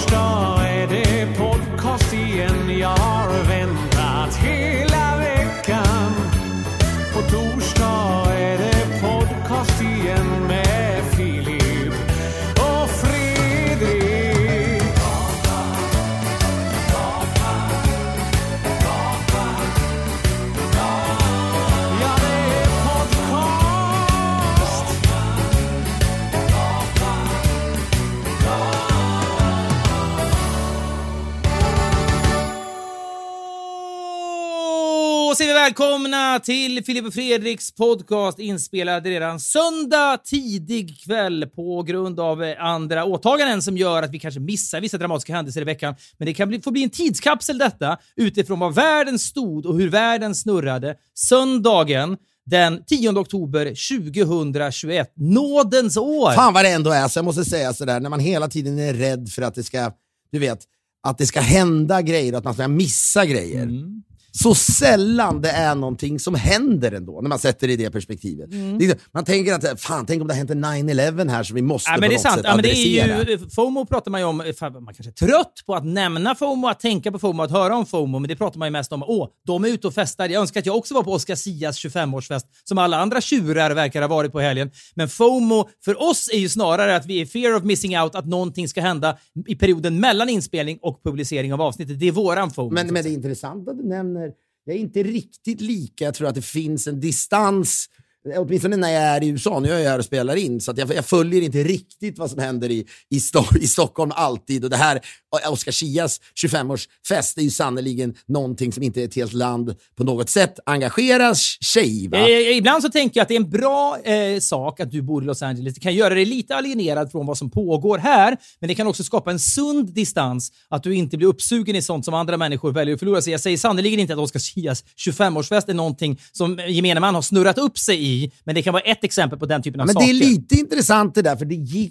torsdag är det podcast igen. Jag har väntat hela veckan. På torsdag är det podcast igen med Filip och Fredrik. Ja, det är podcast. Och så är vi välkomna till Filip och Fredriks podcast, inspelad redan söndag tidig kväll på grund av andra åtaganden som gör att vi kanske missar vissa dramatiska händelser i veckan. Men det kan få bli en tidskapsel detta utifrån vad världen stod och hur världen snurrade söndagen den 10 oktober 2021. Nådens år! Fan vad det ändå är, så jag måste säga sådär, när man hela tiden är rädd för att det ska, du vet, att det ska hända grejer, att man ska missa grejer. Så sällan det är någonting som händer ändå när man sätter det i det perspektivet. Man tänker att, fan, tänk om det har hänt en 9/11 här som vi måste på något sätt adressera. Men det är ju, FOMO pratar man ju om, man kanske är trött på att nämna FOMO, att tänka på FOMO, att höra om FOMO, men det pratar man ju mest om, de är ute och festar. Jag önskar att jag också var på Oscar Sias 25-årsfest som alla andra tjurar verkar ha varit på helgen. Men FOMO för oss är ju snarare att vi är fear of missing out, att någonting ska hända i perioden mellan inspelning och publicering av avsnittet. Det är våran FOMO. Men det är intressant att du nämner, jag är inte riktigt lika, jag tror att det finns en distans, åtminstone när jag är i USA, nu är jag här och spelar in, så att jag följer inte riktigt vad som händer i Stockholm alltid, och det här Oscar Sias 25-årsfest är ju sannoliken någonting som inte ett helt land på något sätt engagerar sig, va? Ibland så tänker jag att det är en bra sak att du bor i Los Angeles. Det kan göra dig lite alienerad från vad som pågår här, men det kan också skapa en sund distans, att du inte blir uppsugen i sånt som andra människor väljer att förlora sig. Jag säger sannoliken inte att Oscar Sias 25-årsfest är någonting som gemene man har snurrat upp sig i, men det kan vara ett exempel på den typen av saker. Men det är lite intressant det där, för det gick,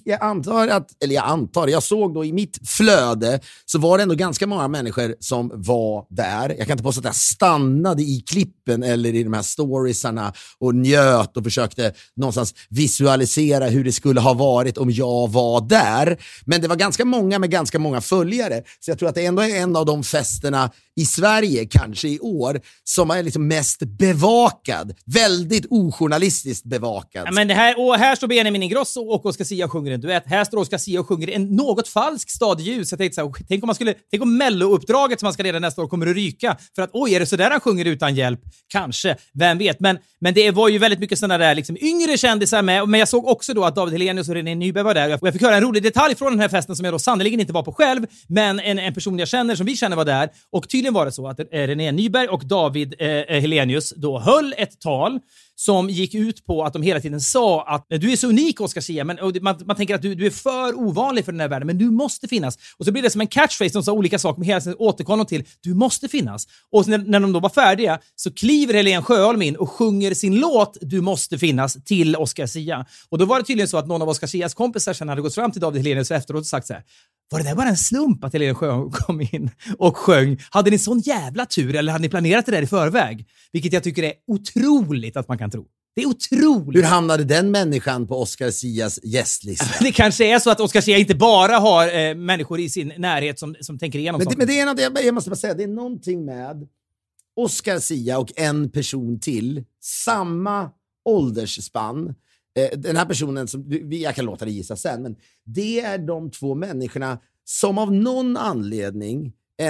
jag såg då i mitt flöde så var det ändå ganska många människor som var där. Jag kan inte påstå att jag stannade i klippen eller i de här storiesarna och njöt och försökte någonstans visualisera hur det skulle ha varit om jag var där. Men det var ganska många med ganska många följare, så jag tror att det ändå är en av de festerna i Sverige, kanske i år, som är liksom mest bevakad. Väldigt ojournalistiskt bevakad. Ja, men det här, och här står Benjamin Ingrosso och Oscar Sia sjunger en duett. Här står Oscar Sia och sjunger en något falsk stadljus. Jag tänkte så här, tänk om Mello-uppdraget som man ska leda nästa år kommer att ryka. För att, är det så där han sjunger utan hjälp? Kanske, vem vet. Men det var ju väldigt mycket sådana där liksom, yngre kändisar med. Men jag såg också då att David Hellenius och René Nyberg var där. Och jag fick höra en rolig detalj från den här festen som jag då sannoliken inte var på själv. Men en person jag känner, som vi känner, var där. Och tydligen var det så att René Nyberg och David Hellenius då höll ett tal som gick ut på att de hela tiden sa att du är så unik, Oscar Sia, men man tänker att du är för ovanlig för den här världen, men du måste finnas. Och så blir det som en catchphrase, de sa olika saker med hela tiden återkom till du måste finnas. Och när de då var färdiga så kliver Helene Sjöholm in och sjunger sin låt Du måste finnas till Oscar Sia. Och då var det tydligen så att någon av Oscar Sias kompisar sen hade gått fram till David Hellenius efteråt och sagt så här: var det där bara en slump att Helene Sjöholm kom in och sjöng? Hade ni sån jävla tur eller hade ni planerat det där i förväg? Vilket jag tycker är otroligt att man kan tro. Det är otroligt. Hur hamnade den människan på Oscar Sias gästlista? Det kanske är så att Oscar Sia inte bara har människor i sin närhet som tänker igenom saker. Men det är något, jag måste bara säga, det är någonting med Oscar Sia och en person till, samma åldersspann. Den här personen, jag kan låta det gissa sen, men det är de två människorna som av någon anledning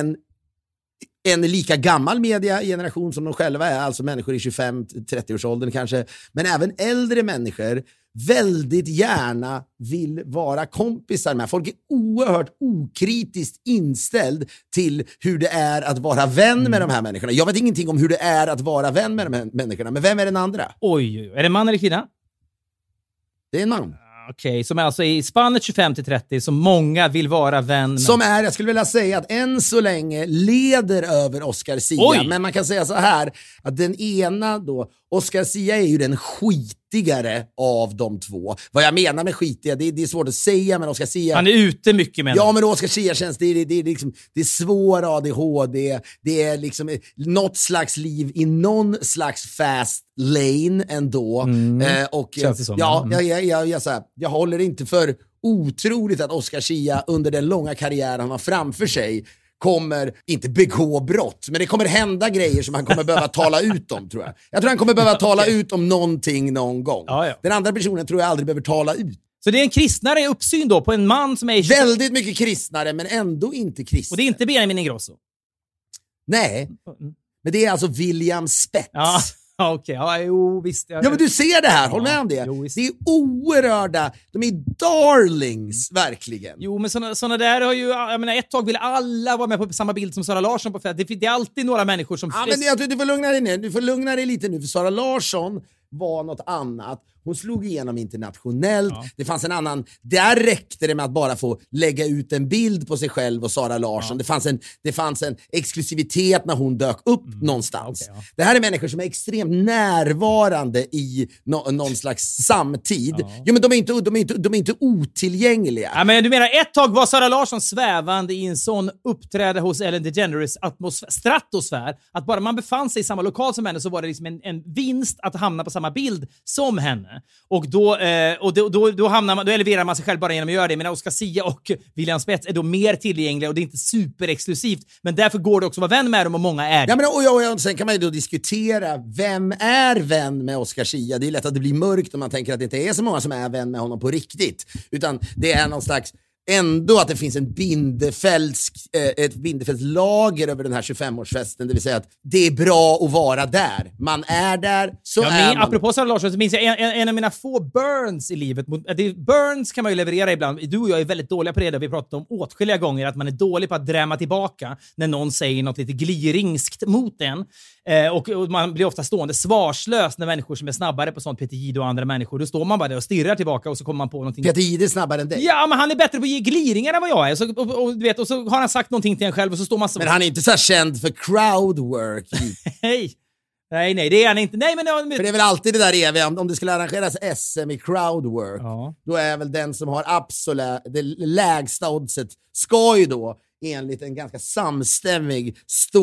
en lika gammal mediegeneration som de själva är, alltså människor i 25-30-årsåldern kanske, men även äldre människor väldigt gärna vill vara kompisar med. Folk är oerhört okritiskt inställd till hur det är att vara vän med de här människorna. Jag vet ingenting om hur det är att vara vän med de här människorna, men vem är den andra? Oj, är det man eller kvinna? Det är en man. Okej, som är alltså i spannet 25-30 som många vill vara vän med. Som är, jag skulle vilja säga att än så länge leder över Oscar Sia. Oj. Men man kan säga så här, att den ena då, Oscar Sia är ju den skitigare av de två. Vad jag menar med skitiga, det är svårt att säga, men Oscar Sia... Han är ute mycket med. Ja, men Oscar Sia känns, det är svår ADHD, det är liksom något slags liv i någon slags fast lane ändå. Och känns det som. jag håller inte för otroligt att Oscar Zia under den långa karriär han har framför sig kommer inte begå brott, men det kommer hända grejer som han kommer behöva tala ut om, tror jag. Jag tror han kommer behöva tala ut om någonting någon gång. Ja. Den andra personen tror jag aldrig behöver tala ut. Så det är en kristnare uppsyn då på en man som är... Väldigt mycket kristnare, men ändå inte kristnare. Och det är inte Benjamin Ingrosso? Nej, men det är alltså William Spets. Ja. Okej, jo visst. Ja, men du ser det här, håll med om det. Jo, visst. Det är oerhörda, de är darlings, verkligen. Jo, men såna där har ju... Jag menar, ett tag vill alla vara med på samma bild som Sara Larsson på fest. Det är alltid några människor som... Ja, men jag tror du får lugna dig ner. Du får lugna dig lite nu, för Sara Larsson var något annat. Hon slog igenom internationellt. Ja. Det fanns en annan... Där räckte det med att bara få lägga ut en bild på sig själv och Sara Larsson. Ja. Det fanns en exklusivitet när hon dök upp någonstans. Okay, ja. Det här är människor som är extremt närvarande i någon slags samtid. Ja. Jo, men de är inte otillgängliga. Ja, men du menar, ett tag var Sara Larsson svävande i en sån uppträde hos Ellen DeGeneres stratosfär att bara man befann sig i samma lokal som henne så var det liksom en vinst att hamna på samma bild som henne. Och då eleverar man sig själv bara genom att göra det. Men Oscar Zia och William Spets är då mer tillgängliga och det är inte superexklusivt. Men därför går det också att vara vän med dem och många är det. Ja, men, och sen kan man ju då diskutera vem är vän med Oscar Zia. Det är lätt att det blir mörkt om man tänker att det inte är så många som är vän med honom på riktigt. Utan det är någon slags... Ändå att det finns ett Bindefälds lager över den här 25-årsfesten. Det vill säga att det är bra att vara där. Man är där, så är man. Apropå Sara Larsson så minns jag en av mina få burns i livet. Burns kan man ju leverera ibland. Du och jag är väldigt dåliga på det. Vi har pratat om åtskilliga gånger att man är dålig på att drämma tillbaka när någon säger något lite gliringskt mot en. Och man blir ofta stående svarslös när människor som är snabbare på sånt, Peter Jihde och andra människor. Då står man bara där och stirrar tillbaka och så kommer man på någonting. Peter Jihde är snabbare än dig. Ja, men han är bättre på att ge gliringar än vad jag är. Du vet, och så har han sagt någonting till en själv och så står man så... Men han är inte så känd för crowdwork. Nej, det är han inte. Nej, men... För det är väl alltid det där eviga, om det skulle arrangeras SM i crowdwork, då är väl den som har absolut det lägsta oddset ska ju då enligt en ganska samstämmig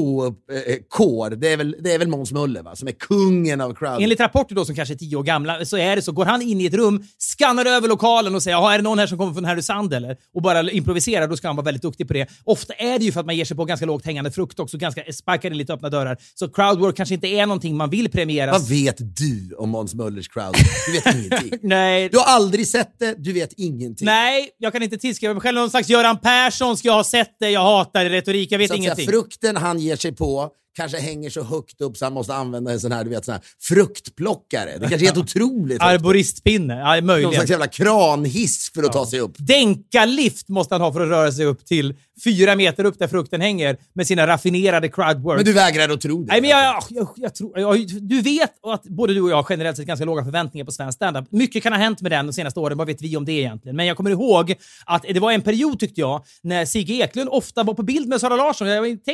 stå-upp-kår. Det är väl Måns Möller, va? Som är kungen av crowd. Enligt rapporter då som kanske är 10 år gamla så är det så. Går han in i ett rum, skannar över lokalen och säger, är det någon här som kommer från Härnösand eller? Och bara improviserar, då ska han vara väldigt duktig på det. Ofta är det ju för att man ger sig på ganska lågt hängande frukt också, ganska sparkar in lite öppna dörrar. Så crowdwork kanske inte är någonting man vill premiera. Vad vet du om Måns Möllers crowdwork? Du vet ingenting. Nej. Du har aldrig sett det, du vet ingenting. Nej, jag kan inte tillskriva mig själv någon slags Göran Persson ska jag ha sett det. Jag hatar retorik, jag vet ingenting. Så frukten han ger sig på kanske hänger så högt upp så han måste använda en sån här, fruktplockare. Det kanske är helt otroligt. Arboristpinne, ja, möjligen. Någon slags jävla kranhiss för att ta sig upp. Dänka-lift måste han ha för att röra sig upp till 4 meter upp där frukten hänger med sina raffinerade crowdwork. Men du vägrar att tro det. Nej, men jag tror... Du vet att både du och jag har generellt sett ganska låga förväntningar på svensk stand-up. Mycket kan ha hänt med den de senaste åren. Vad vet vi om det egentligen? Men jag kommer ihåg att det var en period, tyckte jag, när Sigge Eklund ofta var på bild med Sara Larsson.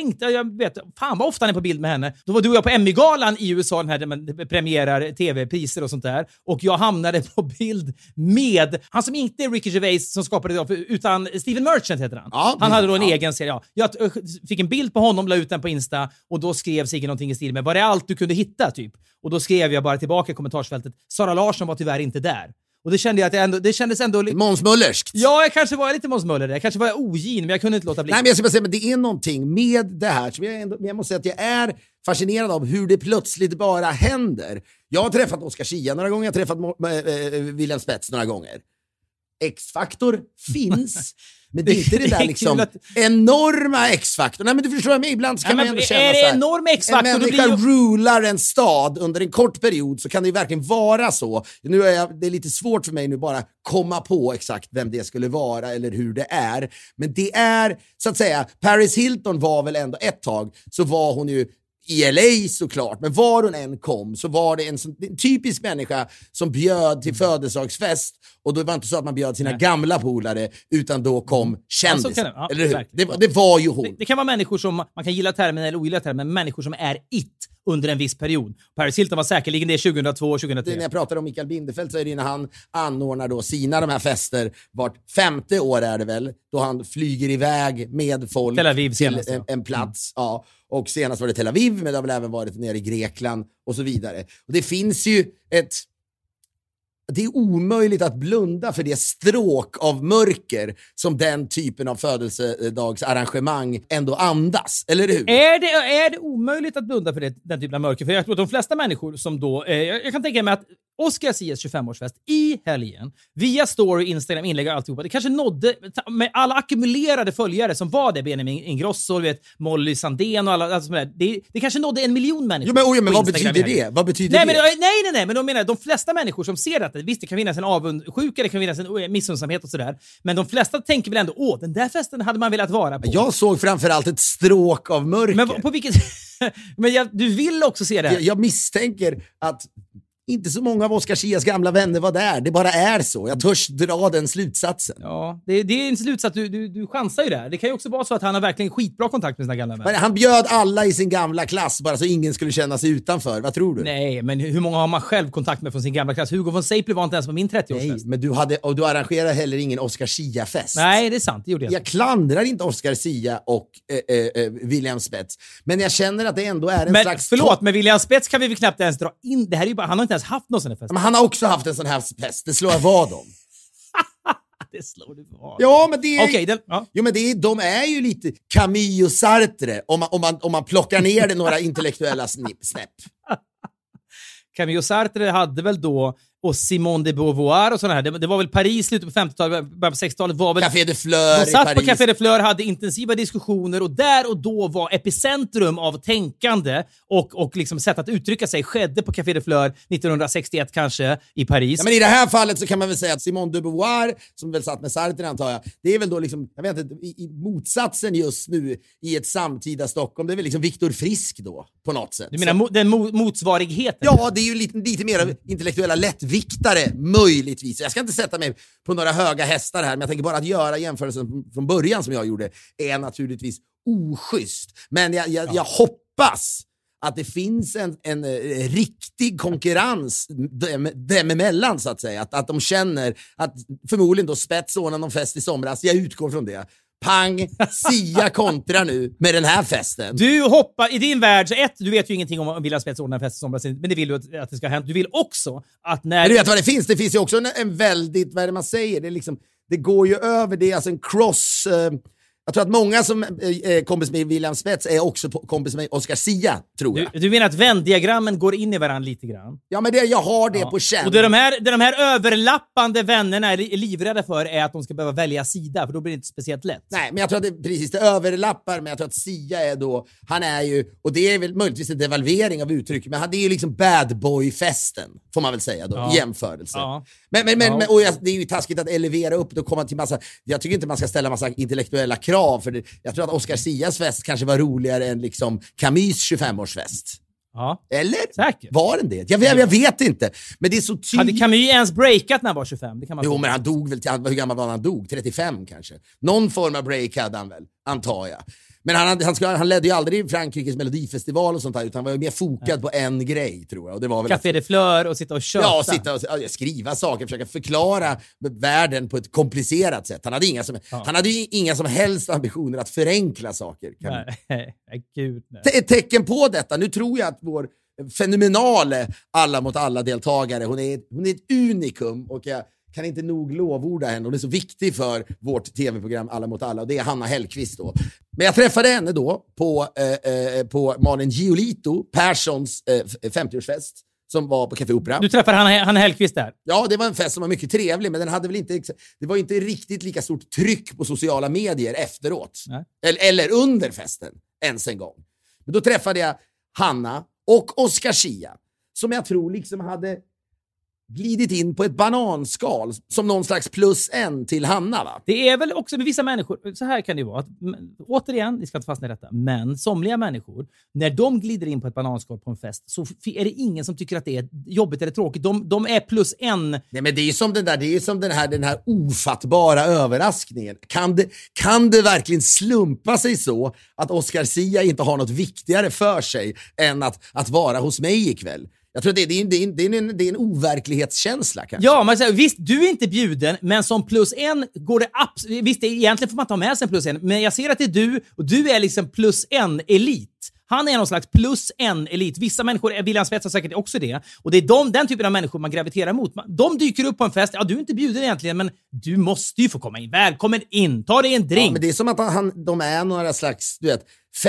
Jag vet, fan vad ofta han är på bild med henne. Då var du och jag på Emmy-galan i USA, den här där man premierar tv-priser och sånt där. Och jag hamnade på bild med han som inte är Ricky Gervais som skapade det, utan Steven Merchant heter han. Ja, han hade då en egen serie. Ja. Jag fick en bild på honom, la ut den på Insta och då skrev Sigge någonting i stil med, var det allt du kunde hitta typ? Och då skrev jag bara tillbaka i kommentarsfältet, Sara Larsson var tyvärr inte där. Och det kände jag att det kändes ändå... Måns Möllerskt. Ja, jag kanske var lite Måns Möller. Jag kanske var ogin, men jag kunde inte låta bli. Nej, men jag ska bara säga, men det är någonting med det här som jag måste säga att jag är fascinerad av hur det plötsligt bara händer. Jag har träffat Oscar Zia några gånger, jag har träffat William Spets några gånger. X-faktor finns. Men det är inte det där liksom enorma X-faktor. Nej, men du förstår mig, ibland ska man ändå känna är det så här, enorm X-faktor? En människa rular en stad under en kort period, så kan det ju verkligen vara så. Nu det är lite svårt för mig nu bara komma på exakt vem det skulle vara eller hur det är. Men det är, så att säga, Paris Hilton var väl ändå ett tag, så var hon ju i LA såklart, men var hon än kom så var det en typisk människa som bjöd till födelsedagsfest, och då var det inte så att man bjöd sina gamla polare, utan då kom kändisar. Ja, eller hur? Det var ju hon. Det kan vara människor som, man kan gilla termen eller ogilla termen, men människor som är under en viss period. Paris Hilton var säkerligen det 2002 2003. När jag pratar om Mikael Bindefeld så är det när han anordnar då sina de här fester vart 5:e år är det väl, då han flyger iväg med folk Tel Aviv till en plats. Ja. Och senast var det Tel Aviv, men det har väl även varit nere i Grekland och så vidare. Och det finns ju det är omöjligt att blunda för det stråk av mörker som den typen av födelsedagsarrangemang ändå andas, eller hur? Är det omöjligt att blunda för den typen av mörker? För jag tror att de flesta människor som då... jag kan tänka mig att Oscar Zias 25-årsfest i helgen, via story, Instagram, inlägg och alltihopa, det kanske nådde med alla ackumulerade följare som var det, Benjamin Ingrosso, vet, Molly Sandén och alla, alltså, det kanske nådde 1 miljon människor. Jo, men vad betyder det? Vad betyder det? Nej, men de menar de flesta människor som ser detta, visst det kan finnas en avundsjuka, det kan finnas en missunnsamhet och sådär, men de flesta tänker väl ändå, den där festen hade man velat vara på. Jag såg framförallt ett stråk av mörker. Men på vilket... men du vill också se det här. Jag misstänker att inte så många av Oscar Zias gamla vänner var där. Det bara är så. Jag törs dra den slutsatsen. Ja, det är en slutsats. Du chansar ju där. Det kan ju också vara så att han har verkligen skitbra kontakt med sina gamla vänner. Men han bjöd alla i sin gamla klass bara så ingen skulle känna sig utanför. Vad tror du? Nej, men hur många har man själv kontakt med från sin gamla klass? Hugo von Seipel var inte ens på min 30-årsfest. Nej, men du arrangerar heller ingen Oscar Zia-fest. Nej, det är sant. Det gjorde jag. Jag klandrar inte Oscar Zia och William Spets. Men jag känner att det ändå är en slags... Förlåt, men William Spets kan vi väl knappt ens dra in. Det här är ju bara, han har inte ens haft någon sån här fest. Men han har också haft en sån här fest. Det slår jag vad om. Det slår du vad. Ja, men det är... Okay, Jo, men de är ju lite Camus och Sartre om man plockar ner det några intellektuella snäpp. Camus och Sartre hade väl då, och Simone de Beauvoir och sådana här. Det var väl Paris, slutet på 50-talet, början på 60-talet var väl... Café de Fleur de i satt Paris. på Café de Fleur, hade intensiva diskussioner och där och då var epicentrum av tänkande och liksom sätt att uttrycka sig skedde på Café de Fleur 1961 kanske i Paris. Ja, men i det här fallet så kan man väl säga att Simone de Beauvoir, som väl satt med Sartre antar jag, det är väl då liksom, jag vet inte, i motsatsen just nu i ett samtida Stockholm, det är väl liksom Viktor Frisk då, på något sätt. Du menar den motsvarigheten? Ja, det är ju lite mer intellektuella lättviktare, möjligtvis. Jag ska inte sätta mig på några höga hästar här, men jag tänker bara att göra jämförelsen från början som jag gjorde är naturligtvis oschysst. Men jag hoppas att det finns en riktig konkurrens dem emellan, så att säga. Att de känner att förmodligen då Spets ordnar någon fest i somras. Jag utgår från det. Pang, Zia kontra nu med den här festen. Du hoppar i din värld, så du vet ju ingenting om William Spets ordnar fest i somras, men det vill du att det ska ha hänt. Du vill också att när... Men du vet vad det finns? Det finns ju också en väldigt, vad är det man säger? Det är liksom, det går ju över, det är alltså en cross... Jag tror att många som är kompis med William Spets är också kompis med Oscar Zia, tror jag. Du menar att vändiagrammen går in i varandra lite grann? Ja, men jag har det på känn. Och det de här överlappande vännerna är livrädda för är att de ska behöva välja sida, för då blir det inte speciellt lätt. Nej, men jag tror att det överlappar, men jag tror att Zia är då, han är ju, och det är väl möjligtvis en devalvering av uttryck, men det är ju liksom bad boy-festen, får man väl säga då, i jämförelse. Ja. Men det är ju taskigt att elevera upp och komma till massa, jag tycker inte man ska ställa massa intellektuella krav. För jag tror att Oscar Zias fest kanske var roligare än liksom Camus 25-årsfest. Ja. Eller? Säkert. Var den det? Jag vet inte. Men det är så tydligt. Hade Camus ens breakat när han var 25? Det kan man jo, men han dog väl, hur gammal var han dog? 35 kanske. Någon form av break hade han väl, antar jag. Men han ledde ju aldrig Frankrikes melodifestival och sånt där, utan var ju mer fokad på en grej, tror jag. Och det var väl Café de Fleur och sitta och köta. Ja, sitta och skriva saker, försöka förklara världen på ett komplicerat sätt. Han hade ju inga som helst ambitioner att förenkla saker. Nej, gud. Nej. Ett tecken på detta, nu tror jag att vår fenomenale Alla mot alla-deltagare, hon är ett unikum, och jag kan inte nog lovorda henne. Hon är så viktig för vårt tv-program Alla mot alla, och det är Hanna Hellquist då. Men jag träffade henne då på Malin Giolito Perssons 50-årsfest som var på Café Opera. Du träffade Hanna Hellquist där? Ja, det var en fest som var mycket trevlig, men den hade väl inte, det var inte riktigt lika stort tryck på sociala medier efteråt. Eller under festen, ens en gång. Men då träffade jag Hanna och Oscar Zia, som jag tror liksom hade glidit in på ett bananskal som någon slags +1 till Hanna, va? Det är väl också med vissa människor, så här kan det ju vara, att, återigen, vi ska inte fastna i detta, men somliga människor, när de glider in på ett bananskal på en fest, så är det ingen som tycker att det är jobbigt eller tråkigt. De är +1. Nej, men det är som den här ofattbara överraskningen. Kan det verkligen slumpa sig så att Oscar Zia inte har något viktigare för sig än att vara hos mig ikväll? Jag tror att det är en overklighetskänsla kanske. Ja, men visst, du är inte bjuden, men som +1 går det absolut... Visst, egentligen får man ta med sig en +1, men jag ser att det är du, och du är liksom +1 elit. Han är någon slags plus en elit. Vissa människor, William Spets har säkert också det. Och det är den typen av människor man graviterar mot. De dyker upp på en fest. Ja, du är inte bjuden egentligen, men du måste ju få komma in. Välkommen in. Ta dig en drink. Ja, men det är som att de är några slags, du vet,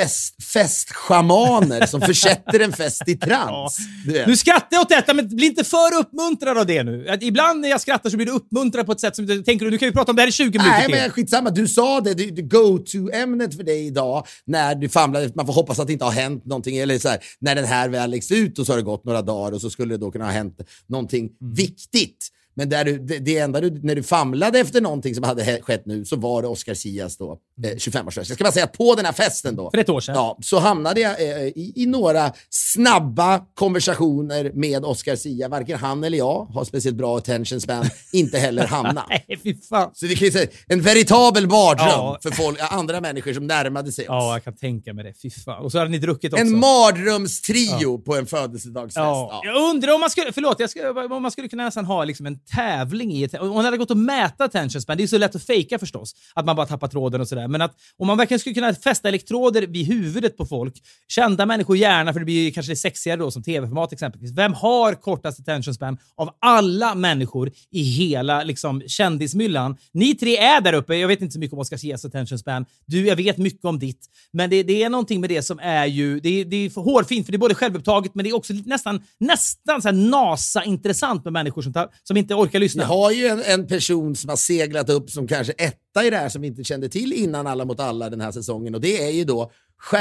festschamaner som försätter en fest i trans. Ja. Nu skrattar jag åt detta, men bli inte för uppmuntrad av det nu. Att ibland när jag skrattar så blir du uppmuntrad på ett sätt som du tänker, du kan ju prata om det här i 20 minuter Nej, till. men skitsamma. Du sa det go-to-ämnet för dig idag när du famlade. Man får hoppas att det inte har hänt någonting. Eller så här, när den här väl läggs ut och så har det gått några dagar och så skulle det då kunna ha hänt någonting viktigt. Men där det enda när du famlade efter någonting som hade skett nu så var det Oscar Sias då 25-årsfest. Jag ska bara säga att på den här festen då. För ett år sedan. Ja, så hamnade jag i några snabba konversationer med Oscar Sia. Varken han eller jag har speciellt bra attention span. Inte heller Hanna. Nej, fy fan. Så det kan ju säga en veritabel mardröm för folk, andra människor som närmade sig oss. Ja, jag kan tänka mig det. Fy fan. Och så hade ni druckit också. En mardrömstrio på en födelsedagsfest. Ja. Jag undrar om man skulle, om man skulle kunna nästan ha liksom en tävling i om man hade gått och mäta attention span. Det är så lätt att fejka förstås, att man bara tappar tråden och sådär. Men att om man verkligen skulle kunna fästa elektroder vid huvudet på folk, kända människor gärna, för det blir kanske det sexigare då som tv-format exempelvis. Vem har kortast attention span av alla människor i hela liksom kändismyllan? Ni tre är där uppe. Jag vet inte så mycket om Oscar Sias attention span. Jag vet mycket om ditt. Men det är någonting med det som är ju, det är för hårfint, för det är både självupptaget, men det är också nästan så här NASA-intressant med människor som inte orkar lyssna. Vi har ju en person som har seglat upp som kanske etta i det här som vi inte kände till innan Alla mot alla den här säsongen, och det är ju då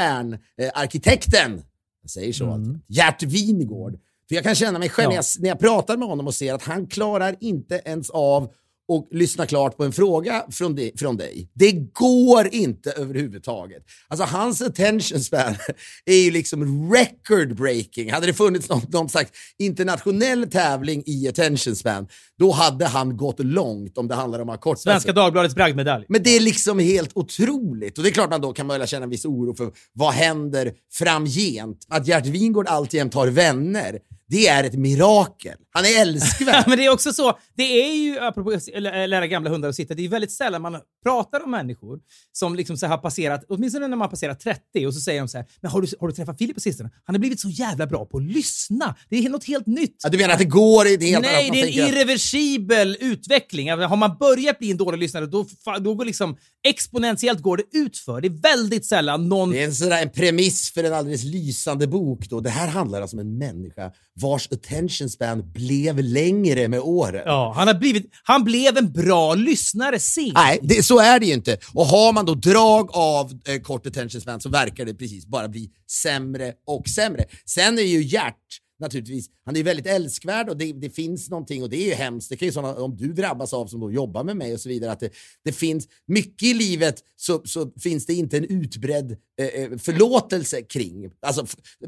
stjärnarkitekten, jag säger så, Gert Wingårdh. För jag kan känna mig själv när jag pratar med honom och ser att han klarar inte ens av och lyssna klart på en fråga från dig. Det går inte överhuvudtaget. Alltså hans attention span är ju liksom record breaking. Hade det funnits någon slags internationell tävling i attention span, då hade han gått långt om det handlar om kort. Svenska Dagbladets bragdmedalj. Men det är liksom helt otroligt. Och det är klart man då kan man känna en viss oro för vad händer framgent. Att Gert Wingårdh alltid har vänner, det är ett mirakel. Han är älskvärd. Men det är också så, det är ju, apropå lära gamla hundar att sitta, det är väldigt sällan man pratar om människor som liksom så har passerat, åtminstone när man passerar 30, och så säger de så här, men har du träffat Filip på sistone? Han har blivit så jävla bra på att lyssna. Det är något helt nytt. Ja, du menar att det går i det helt? Nej, det är en irreversibel utveckling. Har man börjat bli en dålig lyssnare, då går liksom exponentiellt går det utför. Det är väldigt sällan någon... Det är en premiss för en alldeles lysande bok då. Det här handlar alltså om en människa vars attention span blev längre med åren. Ja, han blev en bra lyssnare sen. Nej, så är det ju inte. Och har man då drag av kort attention span så verkar det precis bara bli sämre och sämre. Sen är ju Gert naturligtvis, han är ju väldigt älskvärd och det finns någonting, och det är ju hemskt. Det kan ju sådana, om du drabbas av som då jobbar med mig och så vidare, att det finns mycket i livet så finns det inte en utbredd förlåtelse kring. Alltså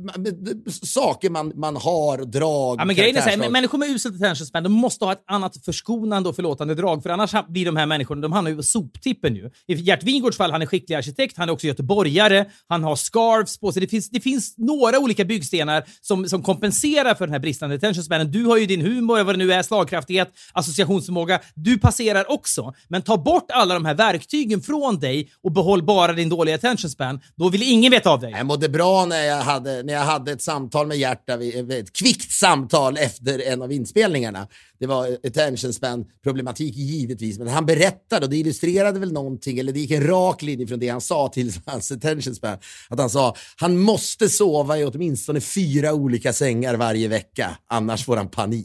saker man har, drag. Ja, men grejen är så här, människor med uselt attention span, de måste ha ett annat förskonande och förlåtande drag, för annars blir de här människorna, de hamnar ju på soptippen ju. I Gert Wingårdhs fall, han är skicklig arkitekt, han är också göteborgare, han har scarves på sig. Det finns några olika byggstenar som kompenserar för den här bristande attention spanen. Du har ju din humor, vad det nu är, slagkraftighet, associationsförmåga. Du passerar också. Men ta bort alla de här verktygen från dig och behåll bara din dåliga attention span. Då vill ingen veta av dig. Jag mådde bra när jag hade ett samtal med Gert, ett kvickt samtal efter en av inspelningarna. Det var attention span problematik givetvis, men han berättade, och det illustrerade väl någonting, eller det gick en rak linje från det han sa till hans attention span, att han sa han måste sova i åtminstone 4 olika sängar varje vecka, annars får han panik.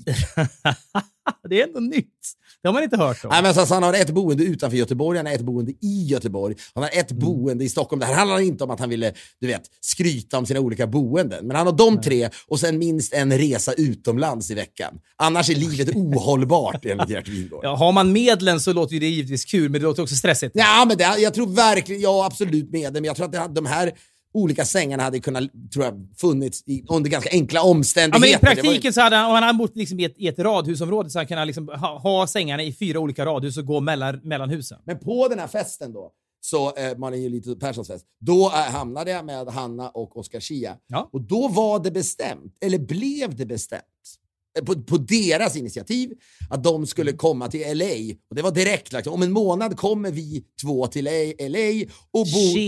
Det är ändå nytt. Det har man inte hört om. Nej, men så han har ett boende utanför Göteborg, han har ett boende i Göteborg, han har ett boende i Stockholm. Det här handlar inte om att han ville, skryta om sina olika boenden, men han har de 3 och sen minst en resa utomlands i veckan. Annars är livet ohållbart enligt Gert Wingårdh. Ja, har man medlen så låter ju det givetvis kul, men det låter också stressigt. Ja, men jag tror verkligen, ja absolut med det, men jag tror att de här olika sängarna hade kunnat, tror jag, funnits under ganska enkla omständigheter. Ja, men i praktiken så hade han bott liksom i ett radhusområde, så han kunde liksom ha sängarna i 4 olika radhus och gå mellan husen. Men på den här festen då, så man är ju lite Perssons fest, då hamnade jag med Hanna och Oscar Sia. Ja. Och då var det bestämt, eller blev det bestämt, på deras initiativ att de skulle komma till LA. Och det var direkt lagt. Om en månad kommer vi 2 till LA och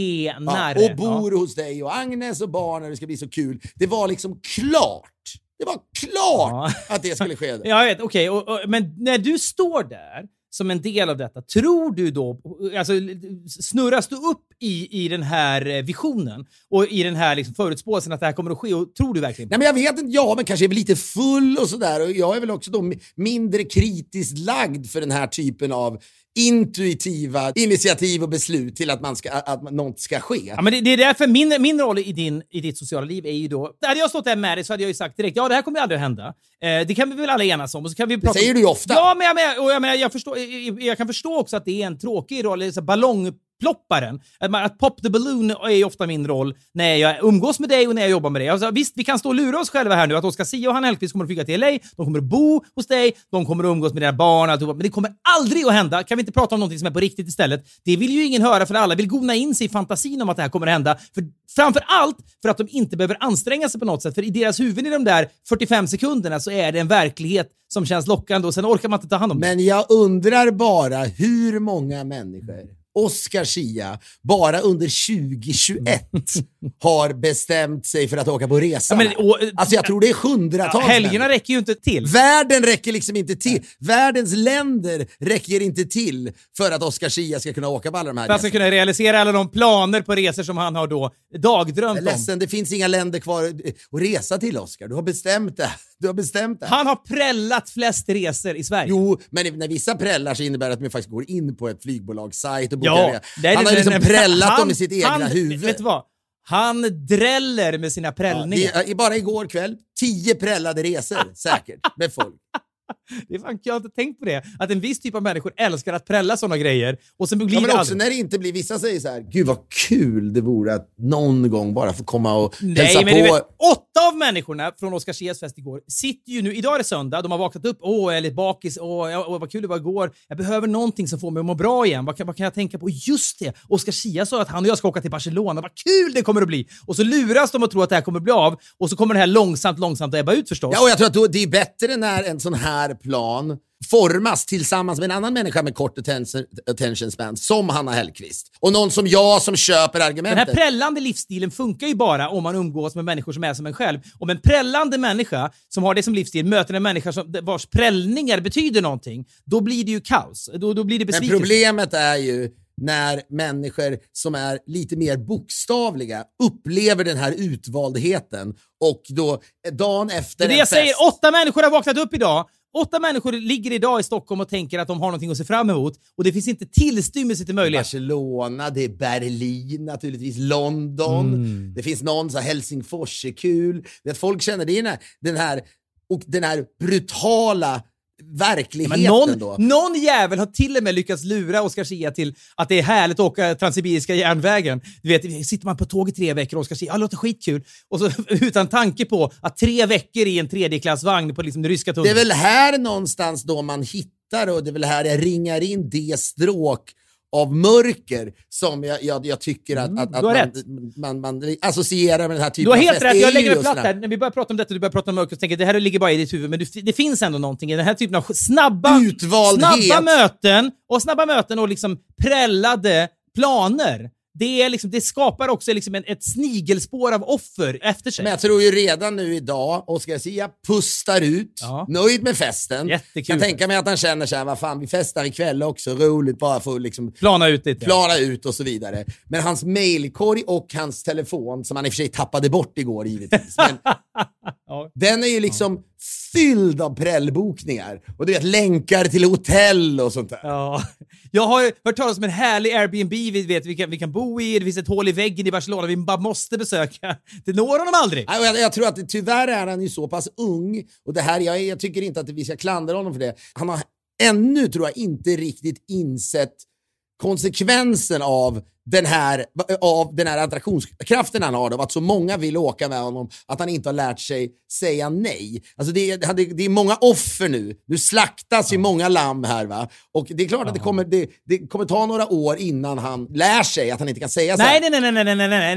bor hos dig och Agnes och barnen. Det ska bli så kul. Det var liksom klart. Det var klart att det skulle ske. Jag vet, okej. Men när du står där som en del av detta, tror du då, alltså snurras du upp i den här visionen och i den här liksom förutspåelsen att det här kommer att ske, och tror du verkligen? Nej, men jag vet inte, men kanske är väl lite full och sådär, och jag är väl också då mindre kritiskt lagd för den här typen av intuitiva initiativ och beslut till att något ska ske. Ja, men det är därför min roll i ditt sociala liv är ju då, hade jag stått där med dig så hade jag ju sagt direkt, det här kommer aldrig att hända. Det kan vi väl alla enas om. Och så kan vi prata det säger du ju ofta. Ja, men jag kan förstå också att det är en tråkig roll, så ballongplopparen. Att pop the balloon är ju ofta min roll när jag umgås med dig och när jag jobbar med dig. Alltså, visst, vi kan stå och lura oss själva här nu att Oscar Sia och Hanna Hellquist kommer att flyga till LA, de kommer att bo hos dig, de kommer att umgås med dina barn, men det kommer aldrig att hända. Kan vi inte prata om någonting som är på riktigt istället? Det vill ju ingen höra, för alla vill gona in sig i fantasin om att det här kommer att hända. Framför allt för att de inte behöver anstränga sig på något sätt. För i deras huvuden i de där 45 sekunderna så är det en verklighet som känns lockande och sen orkar man inte ta hand om det. Men jag undrar bara hur många människor Oscar Sia bara under 2021 har bestämt sig för att åka på resa. Alltså jag tror det är hundratals. Helgerna räcker ju inte till. Världen räcker liksom inte till. Världens länder räcker inte till för att Oscar Sia ska kunna åka på alla de här. Han ska kunna realisera alla de planer på resor som han har då dagdrömt om. Ledsen, det finns inga länder kvar att resa till, Oscar. Du har bestämt det. Han har prällat flest resor i Sverige. Jo, men när vissa prällar så innebär det att man faktiskt går in på ett flygbolags sajt och han har liksom prällat dem i sitt egna huvud. Vet du vad? Han dräller med sina prällningar. Bara igår kväll 10 prällade resor säkert med folk. Det är fan, jag har inte tänkt på det. Att en viss typ av människor älskar att prälla såna grejer. Och sen blir men det också när det inte blir, vissa säger så här: gud vad kul det vore att någon gång bara få komma och hälsa på. 8 av människorna från Oscar Sias fest igår sitter ju nu, idag är det söndag, de har vaknat upp, jag är lite bakis, vad kul det var igår, jag behöver någonting som får mig att må bra igen, vad kan jag tänka på? Just det, Oscar Sia sa att han och jag ska åka till Barcelona, vad kul det kommer att bli. Och så luras de och tror att det här kommer att bli av, och så kommer det här långsamt att ebba ut förstås. Ja, och jag tror att det är bättre när en sån här plan formas tillsammans med en annan människa med kort attention span, som Hanna Hellquist. Och någon som jag som köper argumentet. Den här prällande livsstilen funkar ju bara om man umgås med människor som är som en själv. Om en prällande människa som har det som livsstil möter en människa vars prällningar betyder någonting, då blir det ju kaos. Då blir det besvikelse. Men problemet är ju när människor som är lite mer bokstavliga upplever den här utvaldheten, och då dagen efter det jag säger, 8 människor har vaknat upp idag. 8 människor ligger idag i Stockholm och tänker att de har någonting att se fram emot, och det finns inte tillstymmelse till möjlighet. Barcelona, det är Berlin naturligtvis, London, det finns någon så här, Helsingfors är kul. Det folk känner det är den här brutala verkligheten. Någon jävel har till och med lyckats lura Oscar Sia till att det är härligt att åka Transsibiriska järnvägen. Du vet, sitter man på tåg i 3 veckor och Oscar Sia, det låter skitkul. Och så utan tanke på att 3 veckor i en 3D-klassvagn på liksom den ryska tunneln. Det är väl här någonstans då man hittar, och det är väl här jag ringar in det stråk av mörker som jag tycker att man associerar med den här typen av fest. Du har helt rätt, jag lägger en platt här. När vi börjar prata om detta, du börjar prata om mörker, så tänker jag, det här ligger bara i ditt huvud, men det finns ändå någonting i den här typen av snabba möten och liksom prällade planer. Det skapar också liksom ett snigelspår av offer efter sig. Men jag tror ju redan nu idag Oscar Sia pustar ut, nöjd med festen. Jättekul. Jag tänker mig att han känner så här: vad fan, vi festar ikväll också, roligt bara för att liksom plana ut lite. Plana ut och så vidare. Men hans mailkorg och hans telefon, som han i och för sig tappade bort igår givetvis, men den är ju liksom fylld av prällbokningar. Och du vet, länkar till hotell och sånt där. Ja. Jag har hört talas om en härlig Airbnb vi kan bo i. Det finns ett hål i väggen i Barcelona vi bara måste besöka. Det når honom aldrig. Jag tror att tyvärr är han ju så pass ung. Och det här, jag tycker inte att vi ska klandra honom för det. Han har ännu, tror jag, inte riktigt insett konsekvensen av den här attraktionskraften han har, av att så många vill åka med honom, att han inte har lärt sig säga nej. Alltså det är många offer nu. Nu slaktas ju många lamm här, va? Och det är klart att det kommer ta några år innan han lär sig att han inte kan säga så här. Nej.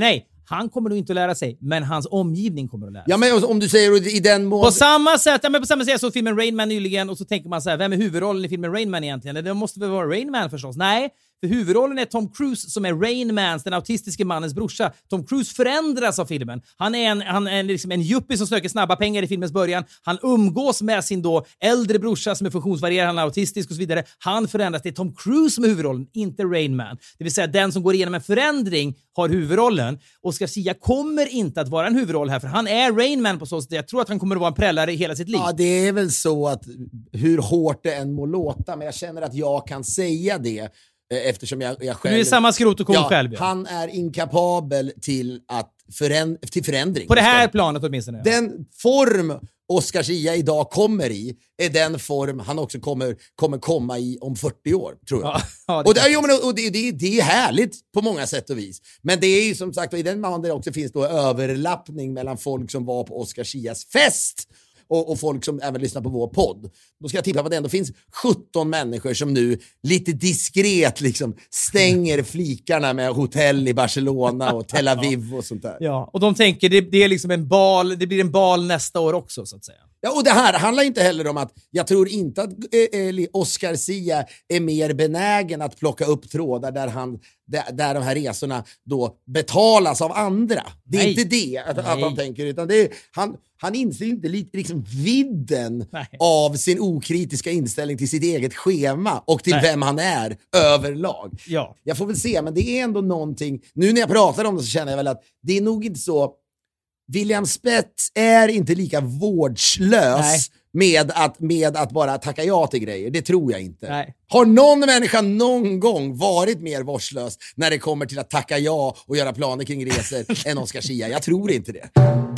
Han kommer nog inte att lära sig, men hans omgivning kommer att lära sig. Ja, men om du säger i den mån... På samma sätt jag såg filmen Rain Man nyligen och så tänker man så här, vem är huvudrollen i filmen Rain Man egentligen? Det måste väl vara Rain Man förstås? Nej, för huvudrollen är Tom Cruise som är Rain Mans, den autistiske mannens brorsa. Tom Cruise förändras av filmen. Han är liksom en yuppie som söker snabba pengar i filmens början. Han umgås med sin då äldre brorsa som är funktionsvarierad, han är autistisk och så vidare. Han förändras. Det är Tom Cruise som är huvudrollen, inte Rain Man. Det vill säga den som går igenom en förändring har huvudrollen. Oscar Sia kommer inte att vara en huvudroll här, för han är Rain Man på så sätt. Jag tror att han kommer att vara en prällare i hela sitt liv. Ja, det är väl så att hur hårt det än må låta, men jag känner att jag kan säga det eftersom jag själv... Du är samma skrot och kom själv. Ja. Han är inkapabel till förändring. På det här planet åtminstone. Ja. Den form Oscar Sia idag kommer i är den form han också kommer komma i om 40 år, tror jag. Ja, det är härligt på många sätt och vis. Men det är ju som sagt, i den mån det också finns då överlappning mellan folk som var på Oscar Sias fest och folk som även lyssnar på vår podd. Då ska jag tippa på att det ändå finns 17 människor som nu lite diskret liksom stänger flikarna med hotell i Barcelona och Tel Aviv och sånt där. Ja, och de tänker det är liksom en bal, det blir en bal nästa år också så att säga. Ja, och det här handlar inte heller om att jag tror inte att Oscar Sia är mer benägen att plocka upp trådar där de här resorna då betalas av andra. Det är inte det att han tänker, utan det är, han inser inte liksom vidden av sin okritiska inställning till sitt eget schema och till vem han är överlag. Ja. Jag får väl se, men det är ändå någonting, nu när jag pratar om det så känner jag väl att det är nog inte så. William Spets är inte lika vårdslös med att bara tacka ja till grejer. Det tror jag inte. Nej. Har någon människa någon gång varit mer vårdslös när det kommer till att tacka ja och göra planer kring resor än Oscar Sia? Jag tror inte det.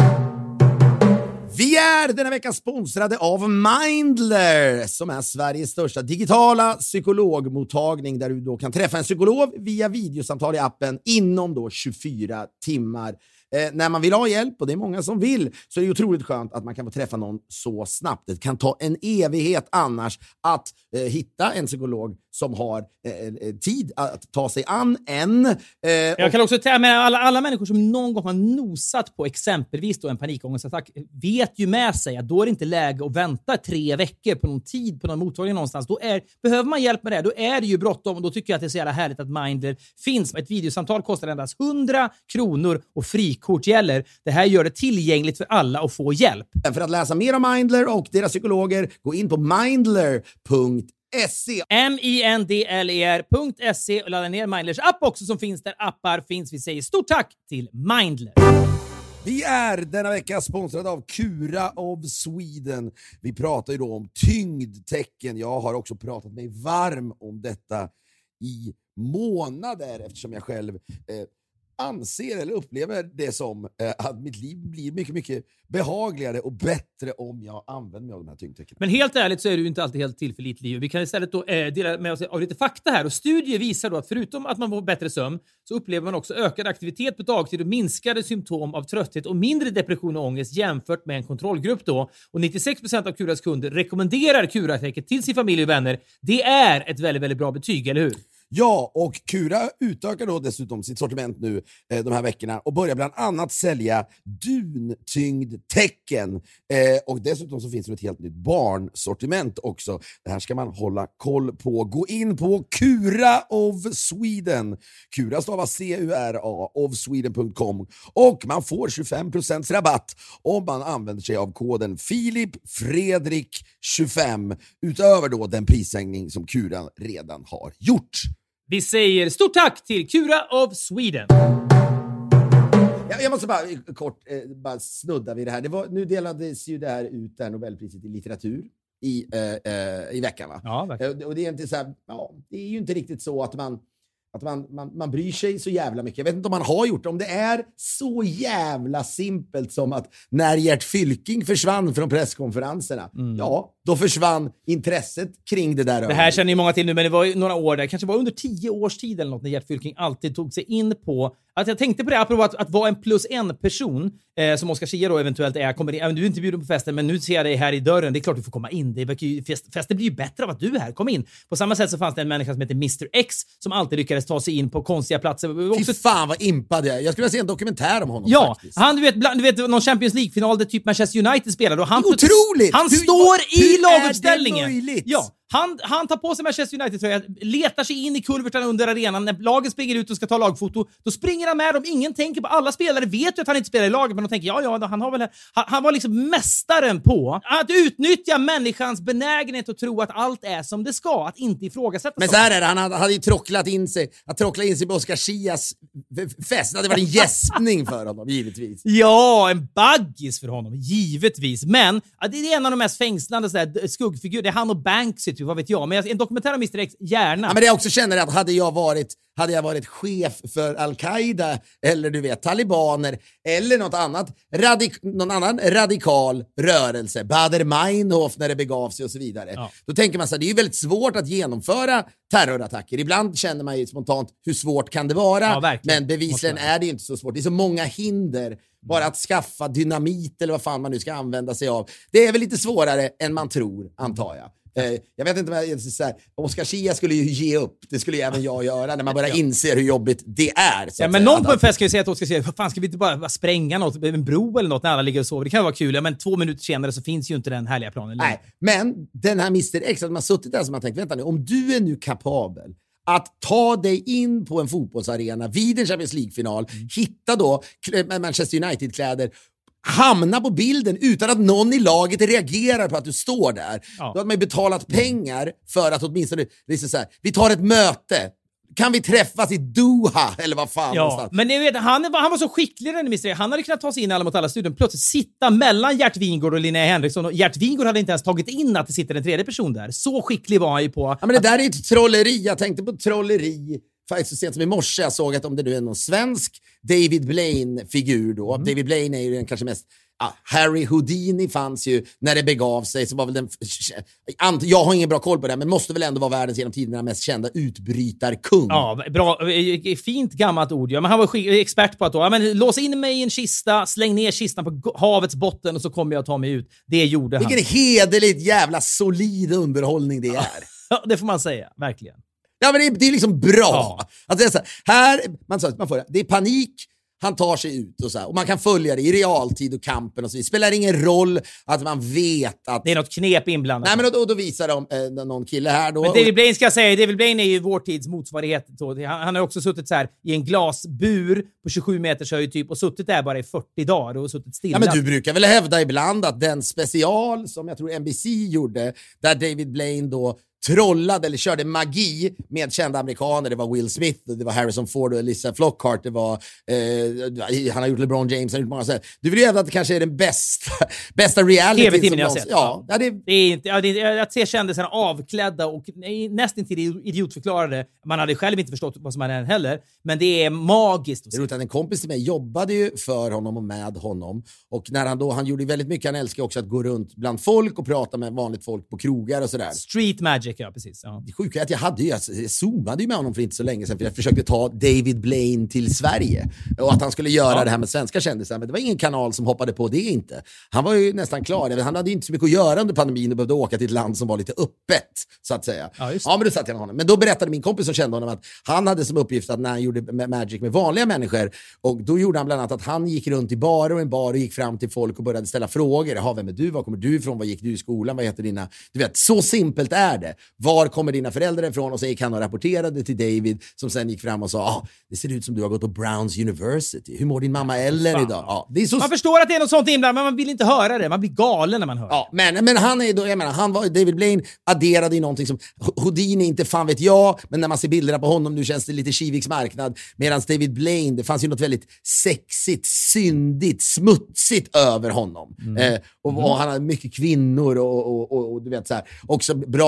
Vi är denna vecka sponsrade av Mindler, som är Sveriges största digitala psykologmottagning, där du då kan träffa en psykolog via videosamtal i appen inom då 24 timmar. När man vill ha hjälp, och det är många som vill, så är det otroligt skönt att man kan få träffa någon så snabbt. Det kan ta en evighet annars att hitta en psykolog som har tid att ta sig an en. Jag kan också med alla människor som någon gång har nosat på exempelvis då en panikångestattack vet ju med sig att då är det inte läge att vänta 3 veckor på någon tid på någon mottagning någonstans. Behöver man hjälp med det, då är det ju bråttom, och då tycker jag att det är så jävla härligt att Mindler finns. Ett videosamtal kostar endast 100 kronor och frikort gäller. Det här gör det tillgängligt för alla att få hjälp. För att läsa mer om Mindler och deras psykologer, gå in på mindler.se. mindler.se och ladda ner Mindlers app också, som finns där appar finns. Vi säger stort tack till Mindler. Vi är denna vecka sponsrade av Cura of Sweden. Vi pratar ju då om tyngdtecken. Jag har också pratat mig varm om detta i månader, eftersom jag själv anser eller upplever det som att mitt liv blir mycket, mycket behagligare och bättre om jag använder mig av de här tyngdtecknen. Men helt ärligt så är du inte alltid helt tillförlitlig. Vi kan istället då dela med oss av lite fakta här. Och studier visar då att förutom att man får bättre sömn så upplever man också ökad aktivitet på dagtid och minskade symptom av trötthet och mindre depression och ångest jämfört med en kontrollgrupp då. Och 96% av Curas kunder rekommenderar Cura-täcket till sin familj och vänner. Det är ett väldigt, väldigt bra betyg, eller hur? Ja, och Cura utökar då dessutom sitt sortiment nu de här veckorna och börjar bland annat sälja duntyngdtecken. Och dessutom så finns det ett helt nytt barnsortiment också. Det här ska man hålla koll på. Gå in på Cura of Sweden. Cura stavas C-U-R-A, ofsweden.com. Och man får 25% rabatt om man använder sig av koden FilipFredrik25 utöver då den prissänkning som Cura redan har gjort. Vi säger stort tack till Cura of Sweden. Jag måste bara kort bara snudda vid det här. Nu delades ju det här ut, det här Nobelpriset i litteratur i veckan, va? Ja, verkligen. Och det är inte så här, det är ju inte riktigt så att man bryr sig så jävla mycket. Jag vet inte om man har gjort det. Om det är så jävla simpelt som att när Gert Fylking försvann från presskonferenserna, då försvann intresset kring det där. Det här känner ju många till nu, men det var ju några år där, kanske var under 10 års tid eller något, när Gert Fylking alltid tog sig in på Att jag tänkte på det, apropå att vara en plus en person, som Oscar Zia då eventuellt är, kommer in, du är inte bjuden på festen, men nu ser jag dig här i dörren, det är klart du får komma in. Festen blir ju bättre av att du är här, kom in. På samma sätt så fanns det en människa som heter Mr. X, som alltid lyckades ta sig in på konstiga platser. Fy fan vad impad jag är. Jag skulle vilja se en dokumentär om honom faktiskt. Han, du vet någon Champions League-final där typ Manchester United spelar. Och han, otroligt! Han står i laguppställningen. Hur är det möjligt? Ja. Han tar på sig Manchester United-tröja, letar sig in i kulvertarna under arenan. När lagen springer ut och ska ta lagfoto, då springer han med dem. Ingen tänker på, alla spelare vet ju att han inte spelar i laget, men de tänker, han var liksom mästaren på att utnyttja människans benägenhet och tro att allt är som det ska, att inte ifrågasätta. Men så här är det, han hade ju tråcklat in sig på Oscar Zias fest. Det hade varit en gäspning för honom, givetvis. Ja, en baggis för honom, givetvis. Men det är en av de mest fängslande skuggfigurer. Det är han och Banksy, vad vet jag. Men en dokumentär om Mr. X, gärna. Ja, men det jag också känner är att hade jag varit chef för Al-Qaida eller du vet talibaner eller någon annan radikal rörelse, Bader Meinhof när det begav sig och så vidare. Då tänker man så här, det är ju väldigt svårt att genomföra terrorattacker. Ibland känner man ju spontant hur svårt kan det vara, men bevisligen är det inte så svårt. Det är så många hinder. Bara att skaffa dynamit eller vad fan man nu ska använda sig av. Det är väl lite svårare än man tror, antar jag. Jag vet inte vad jag så här, Oscar Zia skulle ju ge upp. Det skulle ju även jag göra när man börjar inse hur jobbigt det är. Så men någon på en fest ska ju säga att Oscar Zia, vad fan ska vi inte bara spränga något, en bro eller något när alla ligger och sover? Det kan vara kul, ja, men 2 minuter senare så finns ju inte den härliga planen. Nej, men den här Mr. X, att man suttit där som man tänkt, vänta nu, om du är nu kapabel att ta dig in på en fotbollsarena vid en Champions League-final, hitta då Manchester United-kläder, hamna på bilden utan att någon i laget reagerar på att du står där. Då hade man ju betalat pengar för att åtminstone liksom så här, vi tar ett möte. Kan vi träffas i Doha eller vad fan någonstans? Men ni vet, han var så skicklig den Mr. Han hade kunnat ta sig in Alla mot alla-studion, plötsligt sitta mellan Gert Wingård och Linnea Henriksson, och Gert Wingård hade inte ens tagit in att det sitter en tredje person där. Så skicklig var han ju på. Ja, men det där är ett trolleri. Jag tänkte på trolleri faktiskt så sent som i morse. Jag såg att om det nu är någon svensk David Blaine-figur då. David Blaine är ju den kanske mest... Harry Houdini fanns ju när det begav sig, så var väl den... Jag har ingen bra koll på det, men måste väl ändå vara världens genom tiderna mest kända utbrytarkung. Ja, bra. Fint gammalt ord. Ja, men han var expert på att då, lås in mig i en kista, släng ner kistan på havets botten och så kommer jag ta mig ut. Det gjorde han. Vilken hederligt jävla solid underhållning det är. Ja, det får man säga, verkligen. Ja, men det är liksom bra. Ja. Alltså, det är så här, man får det är panik, han tar sig ut och så här, och man kan följa det i realtid och kampen och så vidare. Det spelar ingen roll att man vet att... Det är något knep inblandat. Nej, men då visar de någon kille här då. Men David Blaine ska jag säga, David Blaine är ju vår tids motsvarighet. Han har också suttit så här i en glasbur på 27 meters höjd typ och suttit där bara i 40 dagar och suttit stilla. Ja, men du brukar väl hävda ibland att den special som jag tror NBC gjorde, där David Blaine då trollade eller körde magi med kända amerikaner. Det var Will Smith, det var Harrison Ford och Alyssa Flockhart, det var han har gjort LeBron James, han har gjort många sätt. Du vill ju hävda att det kanske är den bästa reality TV-timmen jag har sett. Ja, det är inte att se kändisarna avklädda och nästan till idiotförklarade. Man hade själv inte förstått vad som hade heller, men det är magiskt. Det är roligt att en kompis till mig jobbade ju för honom och med honom, och när han gjorde väldigt mycket, han älskar också att gå runt bland folk och prata med vanligt folk på krogar och sådär. Street magic. Ja, precis. Ja. Det sjuka är att jag zoomade ju med honom för inte så länge sedan, för jag försökte ta David Blaine till Sverige och att han skulle göra det här med svenska kändisar, men det var ingen kanal som hoppade på det inte. Han var ju nästan klar. Han hade ju inte så mycket att göra under pandemin och behövde åka till ett land som var lite öppet, så att säga. Ja, men då satt jag med honom. Men då berättade min kompis som kände honom att han hade som uppgift att när han gjorde magic med vanliga människor, och då gjorde han bland annat att han gick runt i bar och gick fram till folk och började ställa frågor. Jaha, vem är du? Var kommer du ifrån? Vad gick du i skolan? Vad heter dina... Du vet, så simpelt är det. Var kommer dina föräldrar ifrån? Och så gick han och rapporterade till David, som sen gick fram och sa, det ser ut som du har gått på Browns University. Hur mår din mamma Ellen idag? Ja, det är så... Man förstår att det är något sånt inbland, men man vill inte höra det. Man blir galen när man hör det. Men han är då, jag menar, David Blaine adderade i någonting som Houdini inte fan vet jag, men när man ser bilderna på honom nu känns det lite Kiviks marknad, medan David Blaine, det fanns ju något väldigt sexigt, syndigt, smutsigt över honom. Och han hade mycket kvinnor och du vet så här, också bra story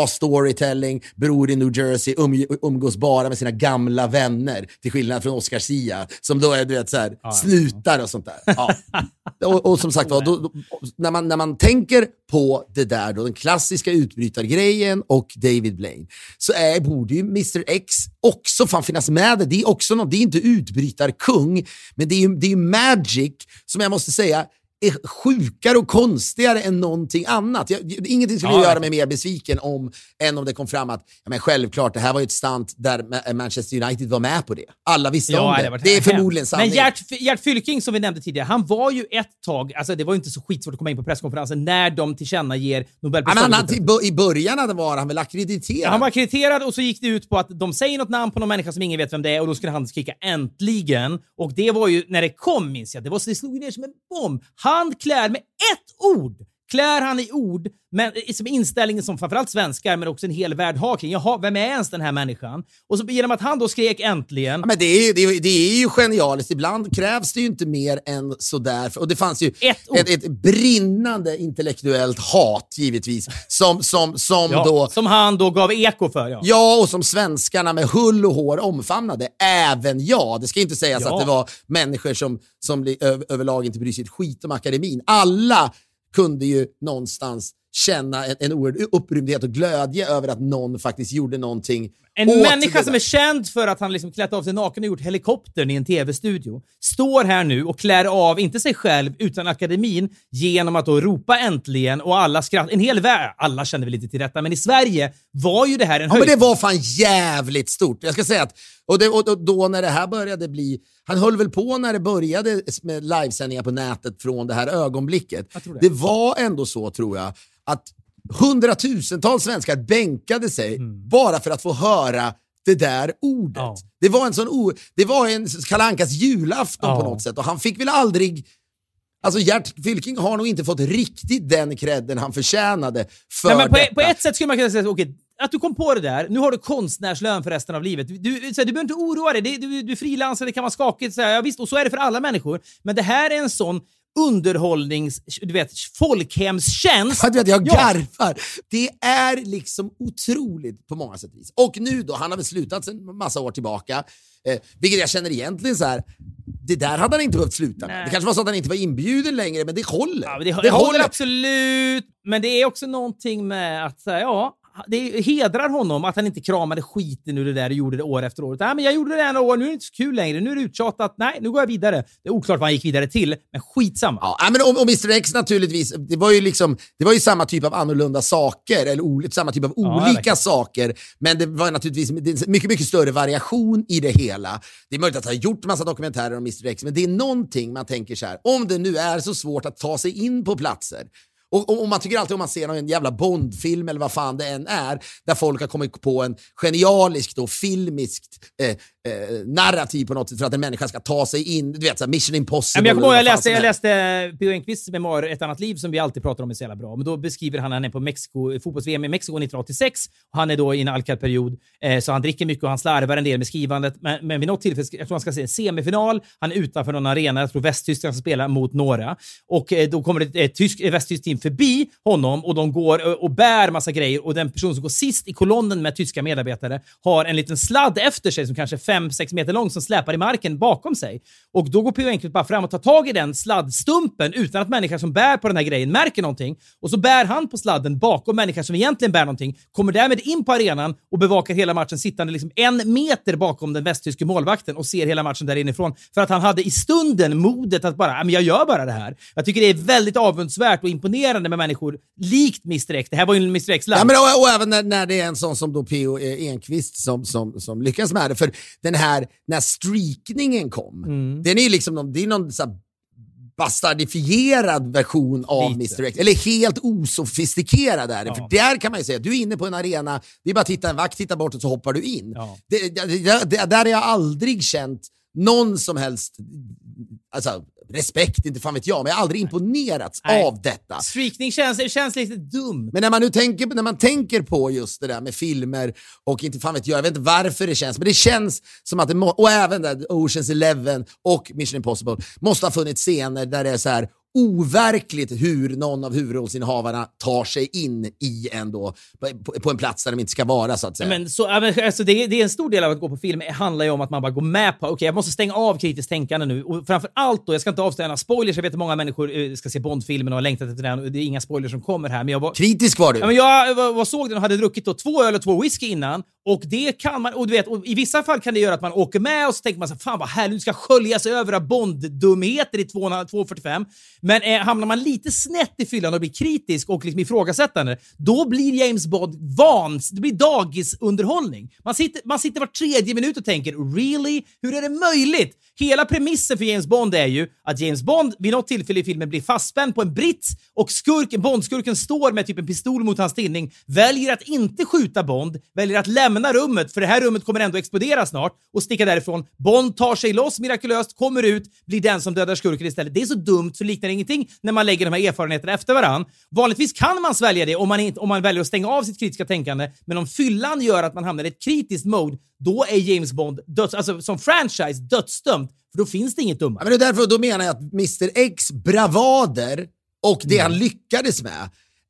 storytelling, bor i New Jersey, umgås bara med sina gamla vänner, till skillnad från Oscar Sia, som då är, du vet, så här, snutar och sånt där. Ja. Och som sagt, när man tänker på det där då, den klassiska utbrytargrejen och David Blaine, så borde ju Mr. X också fan finnas med. Det är också något, det är inte utbrytarkung, men det är ju magic som jag måste säga är sjukare och konstigare än någonting annat. Ingenting skulle göra mig mer besviken än om det kom fram att men självklart, det här var ju ett stunt där Manchester United var med på det. Alla visste om det. Det är förmodligen sanning. Men Gert Fylking, som vi nämnde tidigare, han var ju ett tag, alltså det var ju inte så skitsvårt att komma in på presskonferensen när de tillkännager Nobelpriset. I början var han väl akkrediterad. Ja, han var akkrediterad och så gick det ut på att de säger något namn på någon människa som ingen vet vem det är och då skulle han skrika äntligen. Och det var ju, när det kom, minns jag, det slog ner som en bomb. Han klär med ett ord. Klär han i ord, men som inställningen som framförallt svenskar, men också en hel värld har kring. Jaha, vem är ens den här människan? Och så genom att han då skrek äntligen. Ja, men det är ju genialiskt. Ibland krävs det ju inte mer än sådär. Och det fanns ju ett brinnande intellektuellt hat, givetvis. Som han då gav eko för. Ja, och som svenskarna med hull och hår omfamnade. Även jag. Det ska inte sägas att det var människor som överlag inte bryr sig ett skit om akademin. Alla kunde ju någonstans känna en oerhörd upprymdhet och glödje över att någon faktiskt gjorde någonting. En människa som är känd för att han liksom klätt av sig naken och gjort helikoptern i en tv-studio står här nu och klär av, inte sig själv utan akademin, genom att då ropa äntligen och alla skratt. En hel värld, alla kände väl lite till detta, men i Sverige var ju det här en höjd. Ja, men det var fan jävligt stort. Jag ska säga att och då när det här började bli, han höll väl på när det började med livesändningar på nätet från det här ögonblicket. Det var ändå så, tror jag, att hundratusentals svenskar bänkade sig bara för att få höra det där ordet. Ja. Det var en Kalle Ankas julafton på något sätt, och han fick väl aldrig, alltså Gert Fylking har nog inte fått riktigt den credden han förtjänade för. Nej, men på ett sätt skulle man kunna säga okej, att du kom på det där, nu har du konstnärslön för resten av livet. Du behöver inte oroa dig, du frilansar, det kan vara skakigt. Ja, visst, och så är det för alla människor. Men det här är en sån folkhemstjänst. Jag garvar. Det är liksom otroligt på många sätt vis. Och nu då, han har väl slutat en massa år tillbaka. Vilket jag känner egentligen så här, det där hade han inte behövt sluta med. Det kanske var så att han inte var inbjuden längre, men det håller. Ja, det håller absolut. Men det är också någonting med att det hedrar honom att han inte kramade skiten ur det där och gjorde det år efter år. Nej, men jag gjorde det här år, nu är det inte så kul längre. Nu är det uttjatat. Nej, nu går jag vidare. Det är oklart vad han gick vidare till, men skitsamma. Ja, men och Mr. X naturligtvis, det var ju samma typ av annorlunda saker, eller samma typ av olika saker, men det var naturligtvis mycket, mycket större variation i det hela. Det är möjligt att ha gjort en massa dokumentärer om Mr. X, men det är någonting man tänker så här, om det nu är så svårt att ta sig in på platser. Och man tycker alltid, om man ser någon jävla Bondfilm eller vad fan det än är, där folk har kommit på en genialisk och filmiskt narrativ på något sätt för att en människa ska ta sig in, du vet, så här Mission Impossible. Jag läste P.O. Enquists memoar Ett annat liv, som vi alltid pratar om, är så jävla bra. Men då beskriver han är på fotbolls-VM i Mexiko 1986, och han är då i en alkad-period, så han dricker mycket och han slarvar en del med skrivandet, men vid något tillfälle, jag tror han ska se en semifinal, han är utanför någon arena, jag tror Västtyskland ska spela mot några, och då kommer det ett västtyskt team förbi honom och de går och bär massa grejer, och den person som går sist i kolonnen med tyska medarbetare har en liten sladd efter sig som kanske 5-6 meter lång, som släpar i marken bakom sig. Och då går P.O. Enquist bara fram och tar tag i den sladdstumpen utan att människor som bär på den här grejen märker någonting, och så bär han på sladden bakom människor som egentligen bär någonting, kommer därmed in på arenan och bevakar hela matchen sittande liksom 1 meter bakom den västtyske målvakten och ser hela matchen där inifrån, för att han hade i stunden modet att bara, men jag gör bara det här. Jag tycker det är väldigt avundsvärt och imponerande med människor likt Mr. X. Det här var ju en Mr. X-land. Ja, men och även när det är en sån som då P.O. Enquist som lyckas med det. För den här, när streakningen kom, den är ju liksom det är någon så här bastardifierad version av Mr. X. Eller helt osofistikerad är det. Ja. För där kan man ju säga, du är inne på en arena, det är bara att titta en vakt, titta bort och så hoppar du in. Ja. Där har jag aldrig känt någon som helst, alltså respekt, inte fan vet jag, men jag har aldrig imponerats av detta. Streakning känns lite dumt. Men när man tänker på just det där med filmer och inte fan vet jag vet inte varför det känns, men det känns som att och även där Ocean's 11 och Mission Impossible måste ha funnits scener där det är så här, overkligt hur någon av huvudrollsinnehavarna tar sig in i ändå på en plats där de inte ska vara, så att säga. Men så, alltså det är en stor del av att gå på film handlar ju om att man bara går med på okej, jag måste stänga av kritiskt tänkande nu. Och framför allt då, jag ska inte avslöja några spoilers. Jag vet att många människor ska se Bond-filmen och har längtat efter den. Och det är inga spoilers som kommer här. Men jag var kritisk var du. Ja, men jag såg den och hade druckit då 2 öl och 2 whisky innan. Och det kan man, och du vet, och i vissa fall kan det göra att man åker med och så tänker man så fan vad härligt, nu ska sköljas över av Bond-dumheter i 2:45. Men hamnar man lite snett i fyllan och blir kritisk och liksom ifrågasättande, då blir James Bond det blir dagisunderhållning. Man sitter var 3:e minut och tänker, really? Hur är det möjligt? Hela premissen för James Bond är ju att James Bond vid något tillfälle i filmen blir fastspänd på en brits och Bondskurken står med typ en pistol mot hans tinning, väljer att inte skjuta Bond, väljer att lämna rummet, för det här rummet kommer ändå explodera snart, och sticka därifrån. Bond tar sig loss mirakulöst, kommer ut, blir den som dödar skurken istället. Det är så dumt så liknar ingenting när man lägger de här erfarenheterna efter varann. Vanligtvis kan man svälja det om man väljer att stänga av sitt kritiska tänkande, men om fyllan gör att man hamnar i ett kritiskt mode, då är James Bond alltså som franchise dödsdömt, för då finns det inget dumma. Ja, men det är därför, då menar jag att Mr. X bravader och det han lyckades med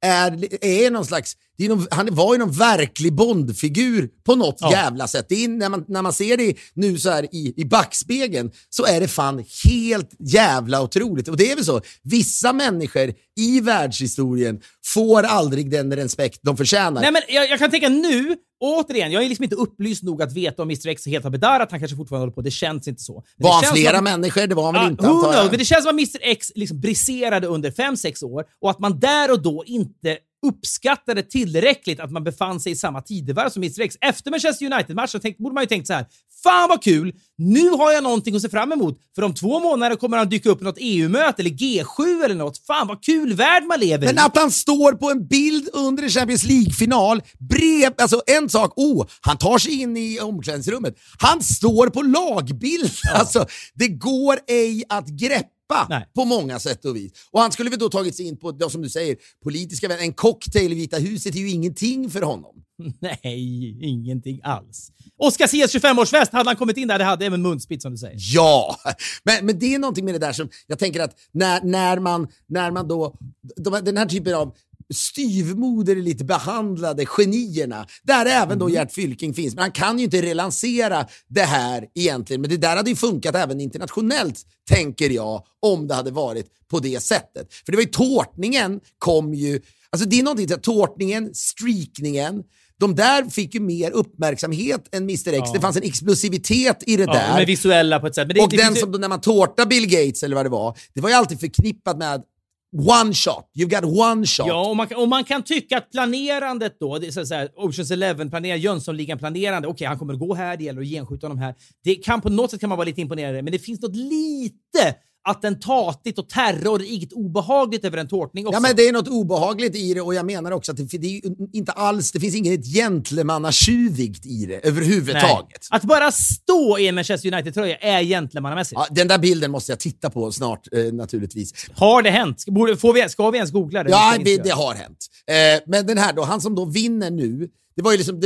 är någon slags, han var ju någon verklig Bondfigur på något jävla sätt. Det är, när man ser det nu så här i backspegeln, så är det fan helt jävla otroligt. Och det är väl så, vissa människor i världshistorien får aldrig den respekt de förtjänar. Nej, men jag kan tänka nu, återigen, jag är liksom inte upplyst nog att veta om Mr. X helt har bedarrat. Han kanske fortfarande håller på. Det känns inte så. Men var han flera människor? Det var han väl inte, antar jag. Men det känns som att Mr. X liksom briserade under 5-6 år och att man där och då inte uppskattade tillräckligt att man befann sig i samma tidevarv som Mr. X. Efter Manchester United-matchen borde man ju tänkt så här: fan vad kul, nu har jag någonting att se fram emot. För om 2 månader kommer han dyka upp i något EU-möte eller G7 eller något. Fan vad kul värld man lever i. Men att han står på en bild under en Champions League-final, alltså en sak, han tar sig in i omklädningsrummet. Han står på lagbild. Ja. Alltså, det går ej att greppa. På många sätt och vis. Och han skulle väl då tagit sig in på, som du säger, politiska vänner. En cocktail i Vita huset är ju ingenting för honom. Nej, ingenting alls. Oscar Sias 25-årsfest, hade han kommit in där, det hade även munspit som du säger. Ja, men det är någonting med det där som jag tänker att när man då den här typen av styvmoderligt behandlade genierna, där även då Gert Fylking finns, men han kan ju inte relansera det här egentligen, men det där hade ju funkat även internationellt, tänker jag, om det hade varit på det sättet. För det var ju tårtningen kom ju, alltså det är någonting till tårtningen, streakningen, de där fick ju mer uppmärksamhet än Mr. X. Det fanns en explosivitet i det där. Med visuella på ett sätt. Men och den som då, när man tårtar Bill Gates eller vad det var ju alltid förknippat med one shot. You've got one shot. Ja, och man kan tycka att planerandet då, det är så här, Ocean's 11 planerar, Jönssonligan planerande, okej, han kommer gå här, det gäller att genskjuta honom här. Det kan på något sätt kan man vara lite imponerad, men det finns något lite attentatigt och terrorigt obehagligt över en tårtning också. Ja, men det är något obehagligt i det, och jag menar också att det är inte alls, det finns inget gentlemannatjuvigt i det överhuvudtaget. Nej. Att bara stå i en Manchester United-tröja är gentlemannamässigt. Ja, den där bilden måste jag titta på snart, naturligtvis. Har det hänt? Ska vi ens googla det? Ja, det har hänt. Men den här då, han som då vinner nu, det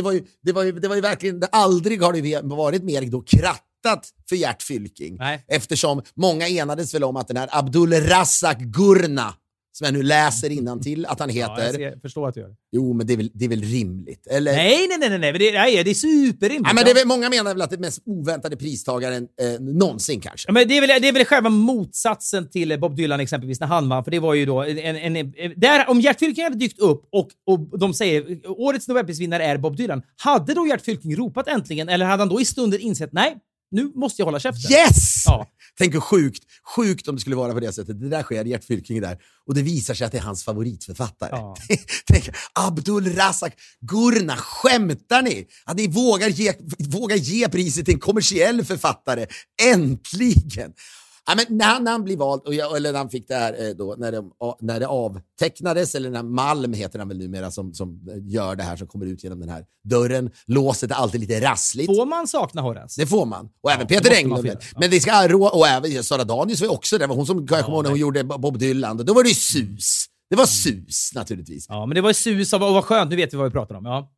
var ju verkligen, det aldrig har det varit mer då krattat för Gert Fylking. Nej. Eftersom många enades väl om att den här Abdulrazak Gurna, som jag nu läser innantill att han heter. Ja, jag förstår att du gör det. Jo, men det är väl rimligt, eller? Nej. Det är superrimligt. Ja, men det är väl, många menar väl att det är mest oväntade pristagaren någonsin kanske. Ja, men det är väl själva motsatsen till Bob Dylan exempelvis när han vann. För det var ju då där, om Gert Fylking hade dykt upp och de säger årets Nobelprisvinnare är Bob Dylan, hade då Gert Fylking ropat äntligen, eller hade han då i stunden insett nej, nu måste jag hålla käften? Yes! Ja. Tänk hur sjukt om det skulle vara på det sättet. Det där sker, Gert Fylking där. Och det visar sig att det är hans favoritförfattare. Ja. Tänk, Abdulrazak Gurna, skämtar ni? Att ni vågar ge priset till en kommersiell författare. Äntligen! Ja, men när han blir vald, eller när han fick det här då, när det avtecknades, eller när Malm heter han väl numera som gör det här, som kommer ut genom den här dörren. Låset är alltid lite rassligt. Får man sakna Horace? Det får man. Och även Peter Englund. Men det ska och även Sara Danius var också det. Var hon som kommer ihåg när hon gjorde Bob Dylan. Då var det ju sus. Det var sus, naturligtvis. Ja, men det var sus och vad skönt. Nu vet vi vad vi pratar om. Ja.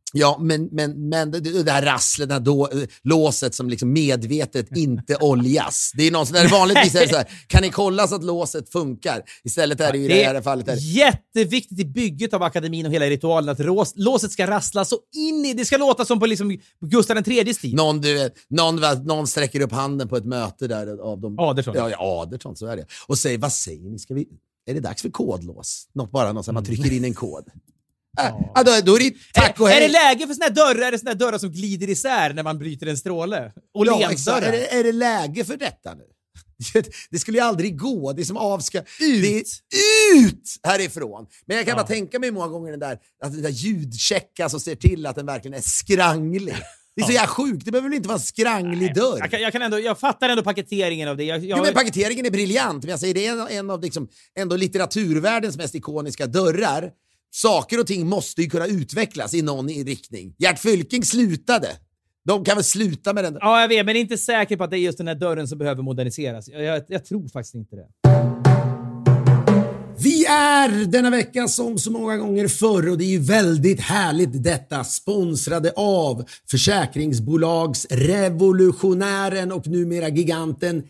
Ja, men det här rasslet, låset som liksom medvetet inte oljas. Det är någon sån där vanligtvis är det så här, kan ni kolla så att låset funkar? Istället är det ju i det här fallet. Jätteviktigt i bygget av akademin och hela ritualen att låset ska rassla så in i, det ska låta som på liksom Gustav III:s tid. Någon sträcker upp handen på ett möte där av dem. Aderton. Ja, Aderton, så är det. Och säger, vad säger ni? Är det dags för kodlås? Något som man trycker in en kod. Då är det tack och hej. Är det läge för såna här dörrar? Är det såna här dörrar som glider isär när man bryter en stråle? Och är det läge för detta nu? Det skulle ju aldrig gå. Det är som ut härifrån. Men jag kan bara tänka mig många gånger den där ljudchecka som ser till att den verkligen är skranglig. Det är så jävla sjukt. Det behöver väl inte vara en skranglig dörr. Jag fattar ändå paketeringen av det. Men paketeringen är briljant. Men jag säger, det är en av liksom, ändå litteraturvärldens mest ikoniska dörrar. Saker och ting måste ju kunna utvecklas i någon riktning. Gert Fylking slutade. De kan väl sluta med den. Ja, jag vet, men det är inte säkert på att det är just den här dörren som behöver moderniseras. Jag tror faktiskt inte det. Vi är denna vecka som så många gånger förr, och det är ju väldigt härligt detta, sponsrade av försäkringsbolagsrevolutionären och numera giganten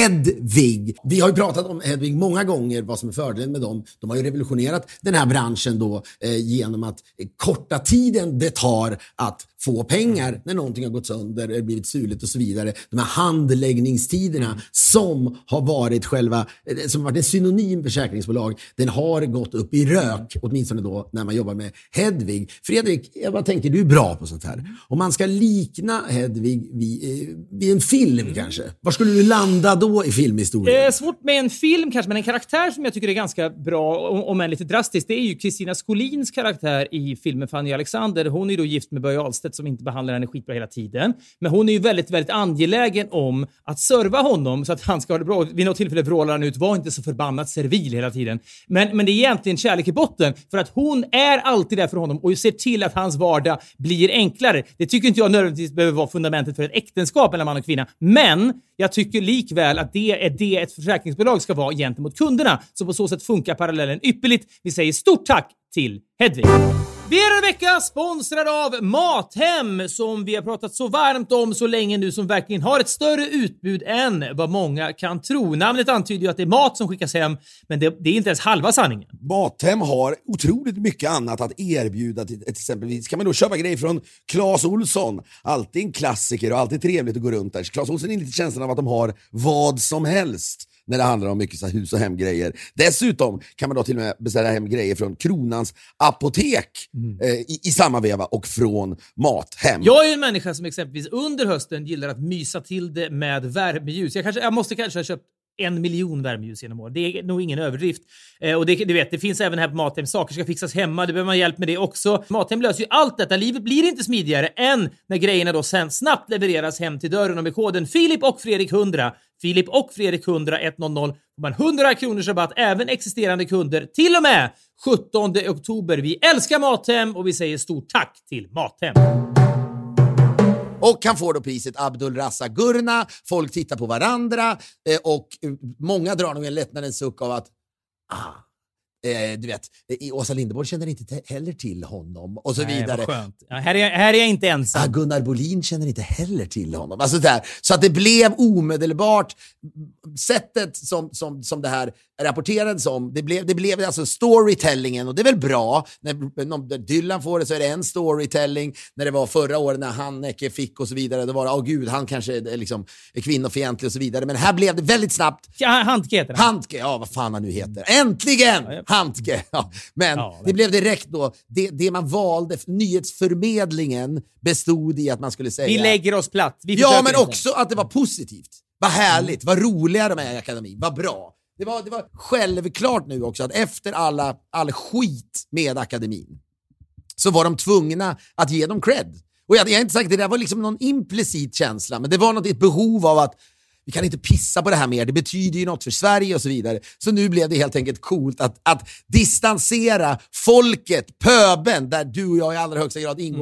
Hedvig. Vi har ju pratat om Hedvig många gånger, vad som är fördelen med dem. De har ju revolutionerat den här branschen då genom att korta tiden det tar att få pengar när någonting har gått sönder eller blivit suligt och så vidare. De här handläggningstiderna som har varit som har varit en synonym försäkringsbolag, den har gått upp i rök, åtminstone då när man jobbar med Hedvig. Fredrik, vad tänker du är bra på sånt här? Om man ska likna Hedvig vid en film kanske, var skulle du landa då i filmhistorien? Svårt med en film kanske, men en karaktär som jag tycker är ganska bra, om än lite drastiskt, det är ju Kristina Skolins karaktär i filmen Fanny Alexander. Hon är då gift med Börje Ahlstedt som inte behandlar henne skitbra hela tiden. Men hon är ju väldigt, väldigt angelägen om att serva honom så att han ska ha det bra. Vid något tillfälle vrålar han ut, var inte så förbannat servil hela tiden. Men det är egentligen kärlek i botten, för att hon är alltid där för honom och ser till att hans vardag blir enklare. Det tycker inte jag nödvändigtvis behöver vara fundamentet för ett äktenskap mellan man och kvinna. Men jag tycker likväl att det är det ett försäkringsbolag ska vara gentemot kunderna. Så på så sätt funkar parallellen ypperligt. Vi säger stort tack till Hedvig. Vi är en vecka sponsrad av Mathem, som vi har pratat så varmt om så länge nu, som verkligen har ett större utbud än vad många kan tro. Namnet antyder ju att det är mat som skickas hem, men det är inte ens halva sanningen. Mathem har otroligt mycket annat att erbjuda. Till exempelvis kan man då köpa grejer från Clas Ohlson. Alltid en klassiker och alltid trevligt att gå runt där. Clas Ohlson är lite känslan av att de har vad som helst när det handlar om mycket så hus- och hemgrejer. Dessutom kan man då till och med beställa hem grejer från Kronans apotek i samma veva och från Mathem. Jag är en människa som exempelvis under hösten gillar att mysa till det med värmeljus. Jag måste kanske ha köpt 1 miljon värmeljus genom år. Det är nog ingen överdrift. Och det finns även här på Mathem. Saker ska fixas hemma. Det behöver man hjälp med det också. Mathem löser ju allt detta. Livet blir inte smidigare än när grejerna då sen snabbt levereras hem till dörren. Och med koden Filip och Fredrik 100. Filip och Fredrik 100 100 får man 100 kronors rabatt. Även existerande kunder till och med 17 oktober. Vi älskar Mathem och vi säger stort tack till Mathem. Och han får då priset Abdul Razzak Gurna. Folk tittar på varandra och många drar nog en lättnadens suck av att du vet, Åsa Linderborg känner inte heller till honom och så vidare. Skönt. Ja, här är jag inte ensam. Gunnar Bolin känner inte heller till honom. Alltså där. Så att det blev omedelbart sättet som det här rapporterades om. Det blev alltså storytellingen, och det är väl bra. När Dylan får det så är det en storytelling. När det var förra året när Hanneke fick och så vidare, då var det, gud, han kanske är liksom kvinnofientlig och så vidare. Men här blev det väldigt snabbt. Handke heter han. Handke, ja vad fan han nu heter. Äntligen! Handke. Ja. Men det blev direkt då, det man valde, nyhetsförmedlingen bestod i att man skulle säga... Vi lägger oss platt. Ja, men också att det var positivt. Vad härligt, vad roliga de är i akademin, vad bra. Det var självklart nu också att efter all skit med akademin så var de tvungna att ge dem cred. Och jag har inte sagt att det där var liksom någon implicit känsla, men det var ett behov av att vi kan inte pissa på det här mer, det betyder ju något för Sverige och så vidare. Så nu blev det helt enkelt coolt att distansera folket, pöben, där du och jag i allra högsta grad ingår,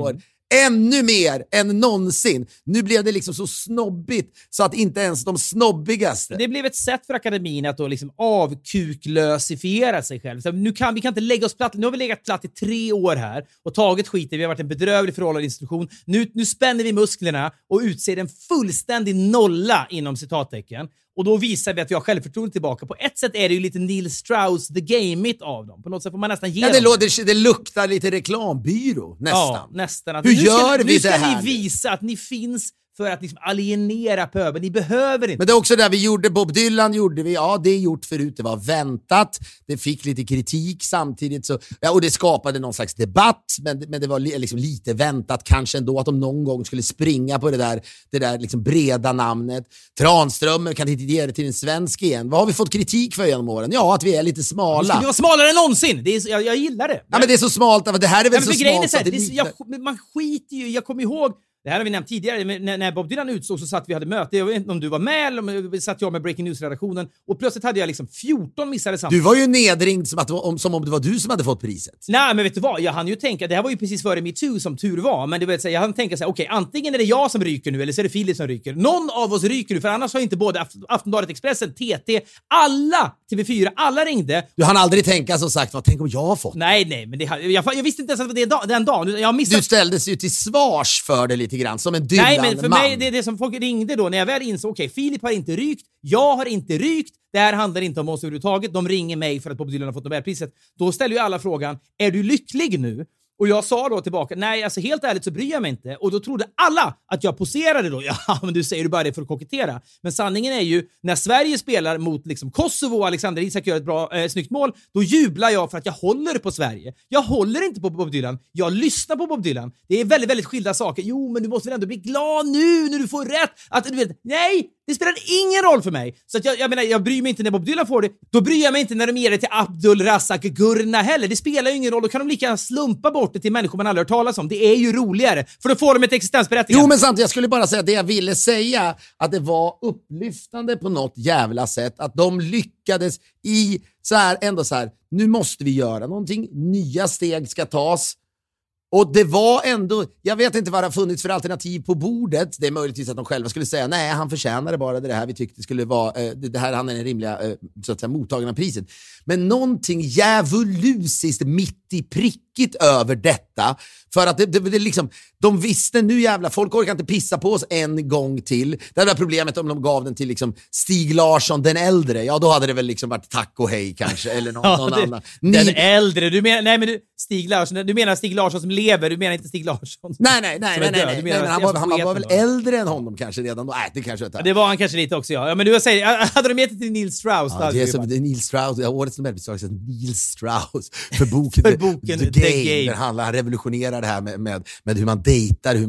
ännu mer än någonsin. Nu blev det liksom så snobbigt så att inte ens de snobbigaste. Det blev ett sätt för akademin att då liksom avkuklösifiera sig själv. Så vi kan inte lägga oss platt. Nu har vi legat platt i 3 år här och tagit skiten. Vi har varit en bedrövlig förhållande institution. Nu spänner vi musklerna och utser en fullständig nolla inom citattecken. Och då visar vi att vi har självförtroende tillbaka. På ett sätt är det ju lite Neil Strauss the game-it av dem. På något sätt får man nästan ge dem. Det luktar lite reklambyrå, nästan. Ja, nästan. Hur gör vi det här? Nu ska ni visa att ni finns för att liksom alienera pöbeln. Ni behöver inte. Men det är också det vi gjorde. Bob Dylan gjorde vi. Ja, det är gjort förut. Det var väntat. Det fick lite kritik samtidigt. Så, ja, och det skapade någon slags debatt. Men det var liksom lite väntat kanske ändå att de någon gång skulle springa på det där liksom breda namnet. Tranströmer kan inte ge det till en svensk igen. Vad har vi fått kritik för genom åren? Ja, att vi är lite smala. Vi var smalare än någonsin. Jag gillar det. Ja, men det är så smalt. Det här är väl så smalt. Man skiter ju. Jag kommer ihåg. Det här har vi nämnt tidigare. När Bob Dylan utsåg så satt vi hade möte. Jag vet inte om du var med eller satt jag med Breaking News-redaktionen. Och plötsligt hade jag liksom 14 missade samtal. Du var ju nedringd som om det var du som hade fått priset. Nej, men vet du vad? Jag hann ju tänka, det här var ju precis före MeToo som tur var. Men det vill säga, jag hann tänka så här, okej, antingen är det jag som ryker nu eller så är det Filip som ryker. Någon av oss ryker nu, för annars har inte både Aftonbladet, Expressen, TT, alla TV4, alla ringde. Du hann aldrig tänka som sagt, tänk om jag har fått. Nej, men jag visste inte ens att det var den dagen. Du ställdes ju till svars för det lite grann, som en Dylan-man. Nej, men för mig, det är det som folk ringde då, när jag väl insåg, okej, Filip har inte rykt, jag har inte rykt, det här handlar inte om oss överhuvudtaget, de ringer mig för att Bob Dylan har fått Nobelpriset. Då ställer ju alla frågan, är du lycklig nu? Och jag sa då tillbaka, nej, alltså helt ärligt så bryr jag mig inte. Och då trodde alla att jag poserade då. Ja, men du säger du bara det för att kokettera. Men sanningen är ju, när Sverige spelar mot liksom Kosovo och Alexander Isak gör ett bra, snyggt mål, då jublar jag för att jag håller på Sverige. Jag håller inte på Bob Dylan. Jag lyssnar på Bob Dylan. Det är väldigt, väldigt skilda saker. Jo, men du måste väl ändå bli glad nu när du får rätt. Att du vet, nej, det spelar ingen roll för mig. Så att jag menar, jag bryr mig inte när Bob Dylan får det. Då bryr jag mig inte när de ger det till Abdul Razak Gurna heller. Det spelar ju ingen roll. Då kan de lika gärna slumpa bort det till människor man aldrig hört talas om. Det är ju roligare. För då får de ett existensberättigande. Jo, men sant, jag skulle bara säga det jag ville säga. Att det var upplyftande på något jävla sätt. Att de lyckades i ändå så här, nu måste vi göra någonting. Nya steg ska tas. Och det var ändå, jag vet inte vad det har funnits för alternativ på bordet. Det är möjligtvis att de själva skulle säga, nej, han förtjänade bara det här vi tyckte skulle vara, det här han är den rimliga så att säga, mottagaren av priset. Men någonting djävulusiskt mitt i prickigt över detta. För att det liksom, de visste nu jävla, folk orkar inte pissa på oss en gång till. Det var problemet om de gav den till liksom Stig Larsson den äldre. Ja, då hade det väl liksom varit tack och hej kanske. Eller någon annan. Den äldre, du menar, nej men Stig Larsson, du menar Stig Larsson som lever, du menar inte Stig Larsson. Nej, han var väl äldre än honom kanske redan då. Nej, det kanske inte. Det var han kanske lite också, ja. Men du säger, hade de gett det till Neil Strauss? Ja, det är som Neil Strauss, årets Nobelpris Neil Strauss för boken The Game. Han revolutionerar det här med hur man dejtar, hur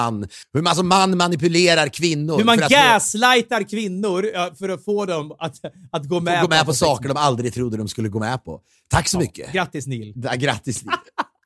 man som man manipulerar kvinnor. Hur man gaslightar kvinnor för att få dem att gå med på saker de aldrig trodde de skulle gå med på. Tack så mycket. Grattis Neil. Ja, grattis Neil.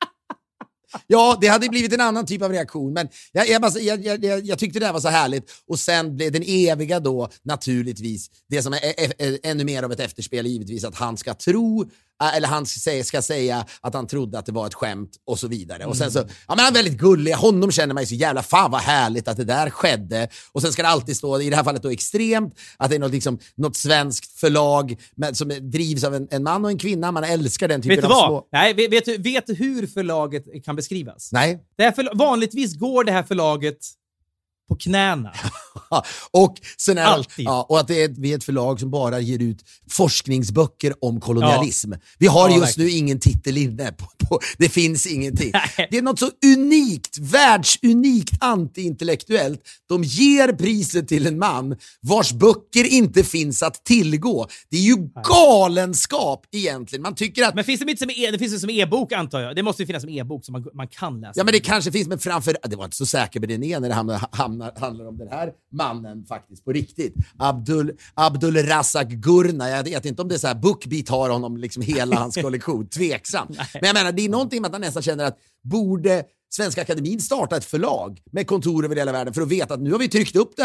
Ja, det hade blivit en annan typ av reaktion, men jag tyckte det här var så härligt. Och sen blev den eviga då naturligtvis det som är ännu mer av ett efterspel, givetvis att han ska tro, eller han ska säga att han trodde att det var ett skämt och så vidare. Och sen så, ja, men han är väldigt gullig, honom känner man ju så jävla, fan vad härligt att det där skedde. Och sen ska det alltid stå, i det här fallet då extremt, att det är något svenskt förlag som drivs av en man och en kvinna. Man älskar den typen av små... Nej, vet du hur förlaget kan beskrivas? Nej. Vanligtvis går det här förlaget på knäna. Och sen är alltid. Ja, och att det är ett förlag som bara ger ut forskningsböcker om kolonialism. Ja. Vi har just verkligen nu ingen titel inne på det finns ingenting. Det är något så unikt, världsunikt antiintellektuellt. De ger priset till en man vars böcker inte finns att tillgå. Det är ju galenskap egentligen. Man tycker att... Men finns det inte det finns som e-bok, antar jag. Det måste ju finnas som e-bok som man kan läsa. Ja, men det kanske finns, men framför... Det var inte så säker med det när det handlar om den här mannen faktiskt på riktigt. Abdul Razak Gurna. Jag vet inte om det är så här BookBeat har honom liksom hela hans kollektion. Tveksam. Men jag menar, det är någonting med att han nästan känner att borde Svenska Akademin starta ett förlag med kontor över hela världen för att veta att nu har vi tryckt upp det här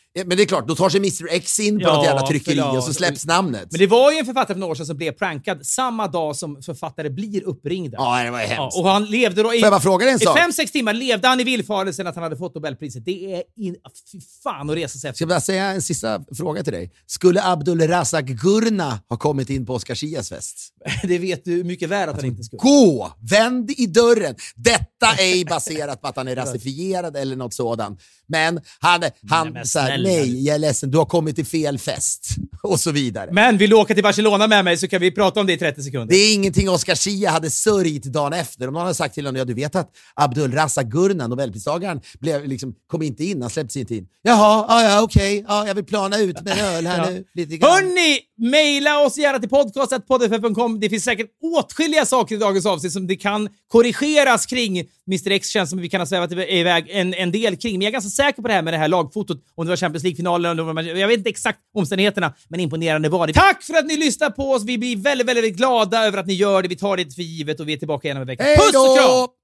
Men det är klart, då tar sig Mr X in på något jävla tryckeri och så släpps namnet. Men det var ju en författare för några år sedan som blev prankad samma dag som författare blir uppringda. Ja, det var hemskt. Ja, och han levde då Får jag bara fråga dig en sak? I 5-6 timmar levde han i villfarelsen att han hade fått Nobelpriset. Det är fy fan att resa sig efter. Ska jag bara säga en sista fråga till dig? Skulle Abdulrazak Gurna ha kommit in på Oscar Zias fest? Det vet du mycket väl att han inte skulle. Gå! Vänd i dörren! Detta är baserat på att han är rasifierad eller något sådant. Men han säger nej, jag är ledsen, du har kommit till fel fest. Och så vidare. Men vill du åka till Barcelona med mig så kan vi prata om det i 30 sekunder. Det är ingenting Oscar Zia hade sörjt dagen efter. Om någon hade sagt till honom, ja du vet att Abdulrazak Gurna, Nobelpristagaren, kom inte in, han släpptes inte in. Jaha, okej. Ja, jag vill plana ut med en öl här nu. Lite grann. Hörrni, mejla oss gärna till podcast@poddff.com. Det finns säkert åtskilliga saker i dagens avsnitt som det kan korrigeras kring. Mr X känns som att vi kan ha svävat iväg en del kring. Men jag är ganska säker på det här med det här lagfotot. Om det var Champions League-finalen. Jag vet inte exakt omständigheterna, men imponerande var det. Tack för att ni lyssnar på oss. Vi blir väldigt, väldigt glada över att ni gör det. Vi tar det för givet och vi är tillbaka igen om en vecka. Puss och kram!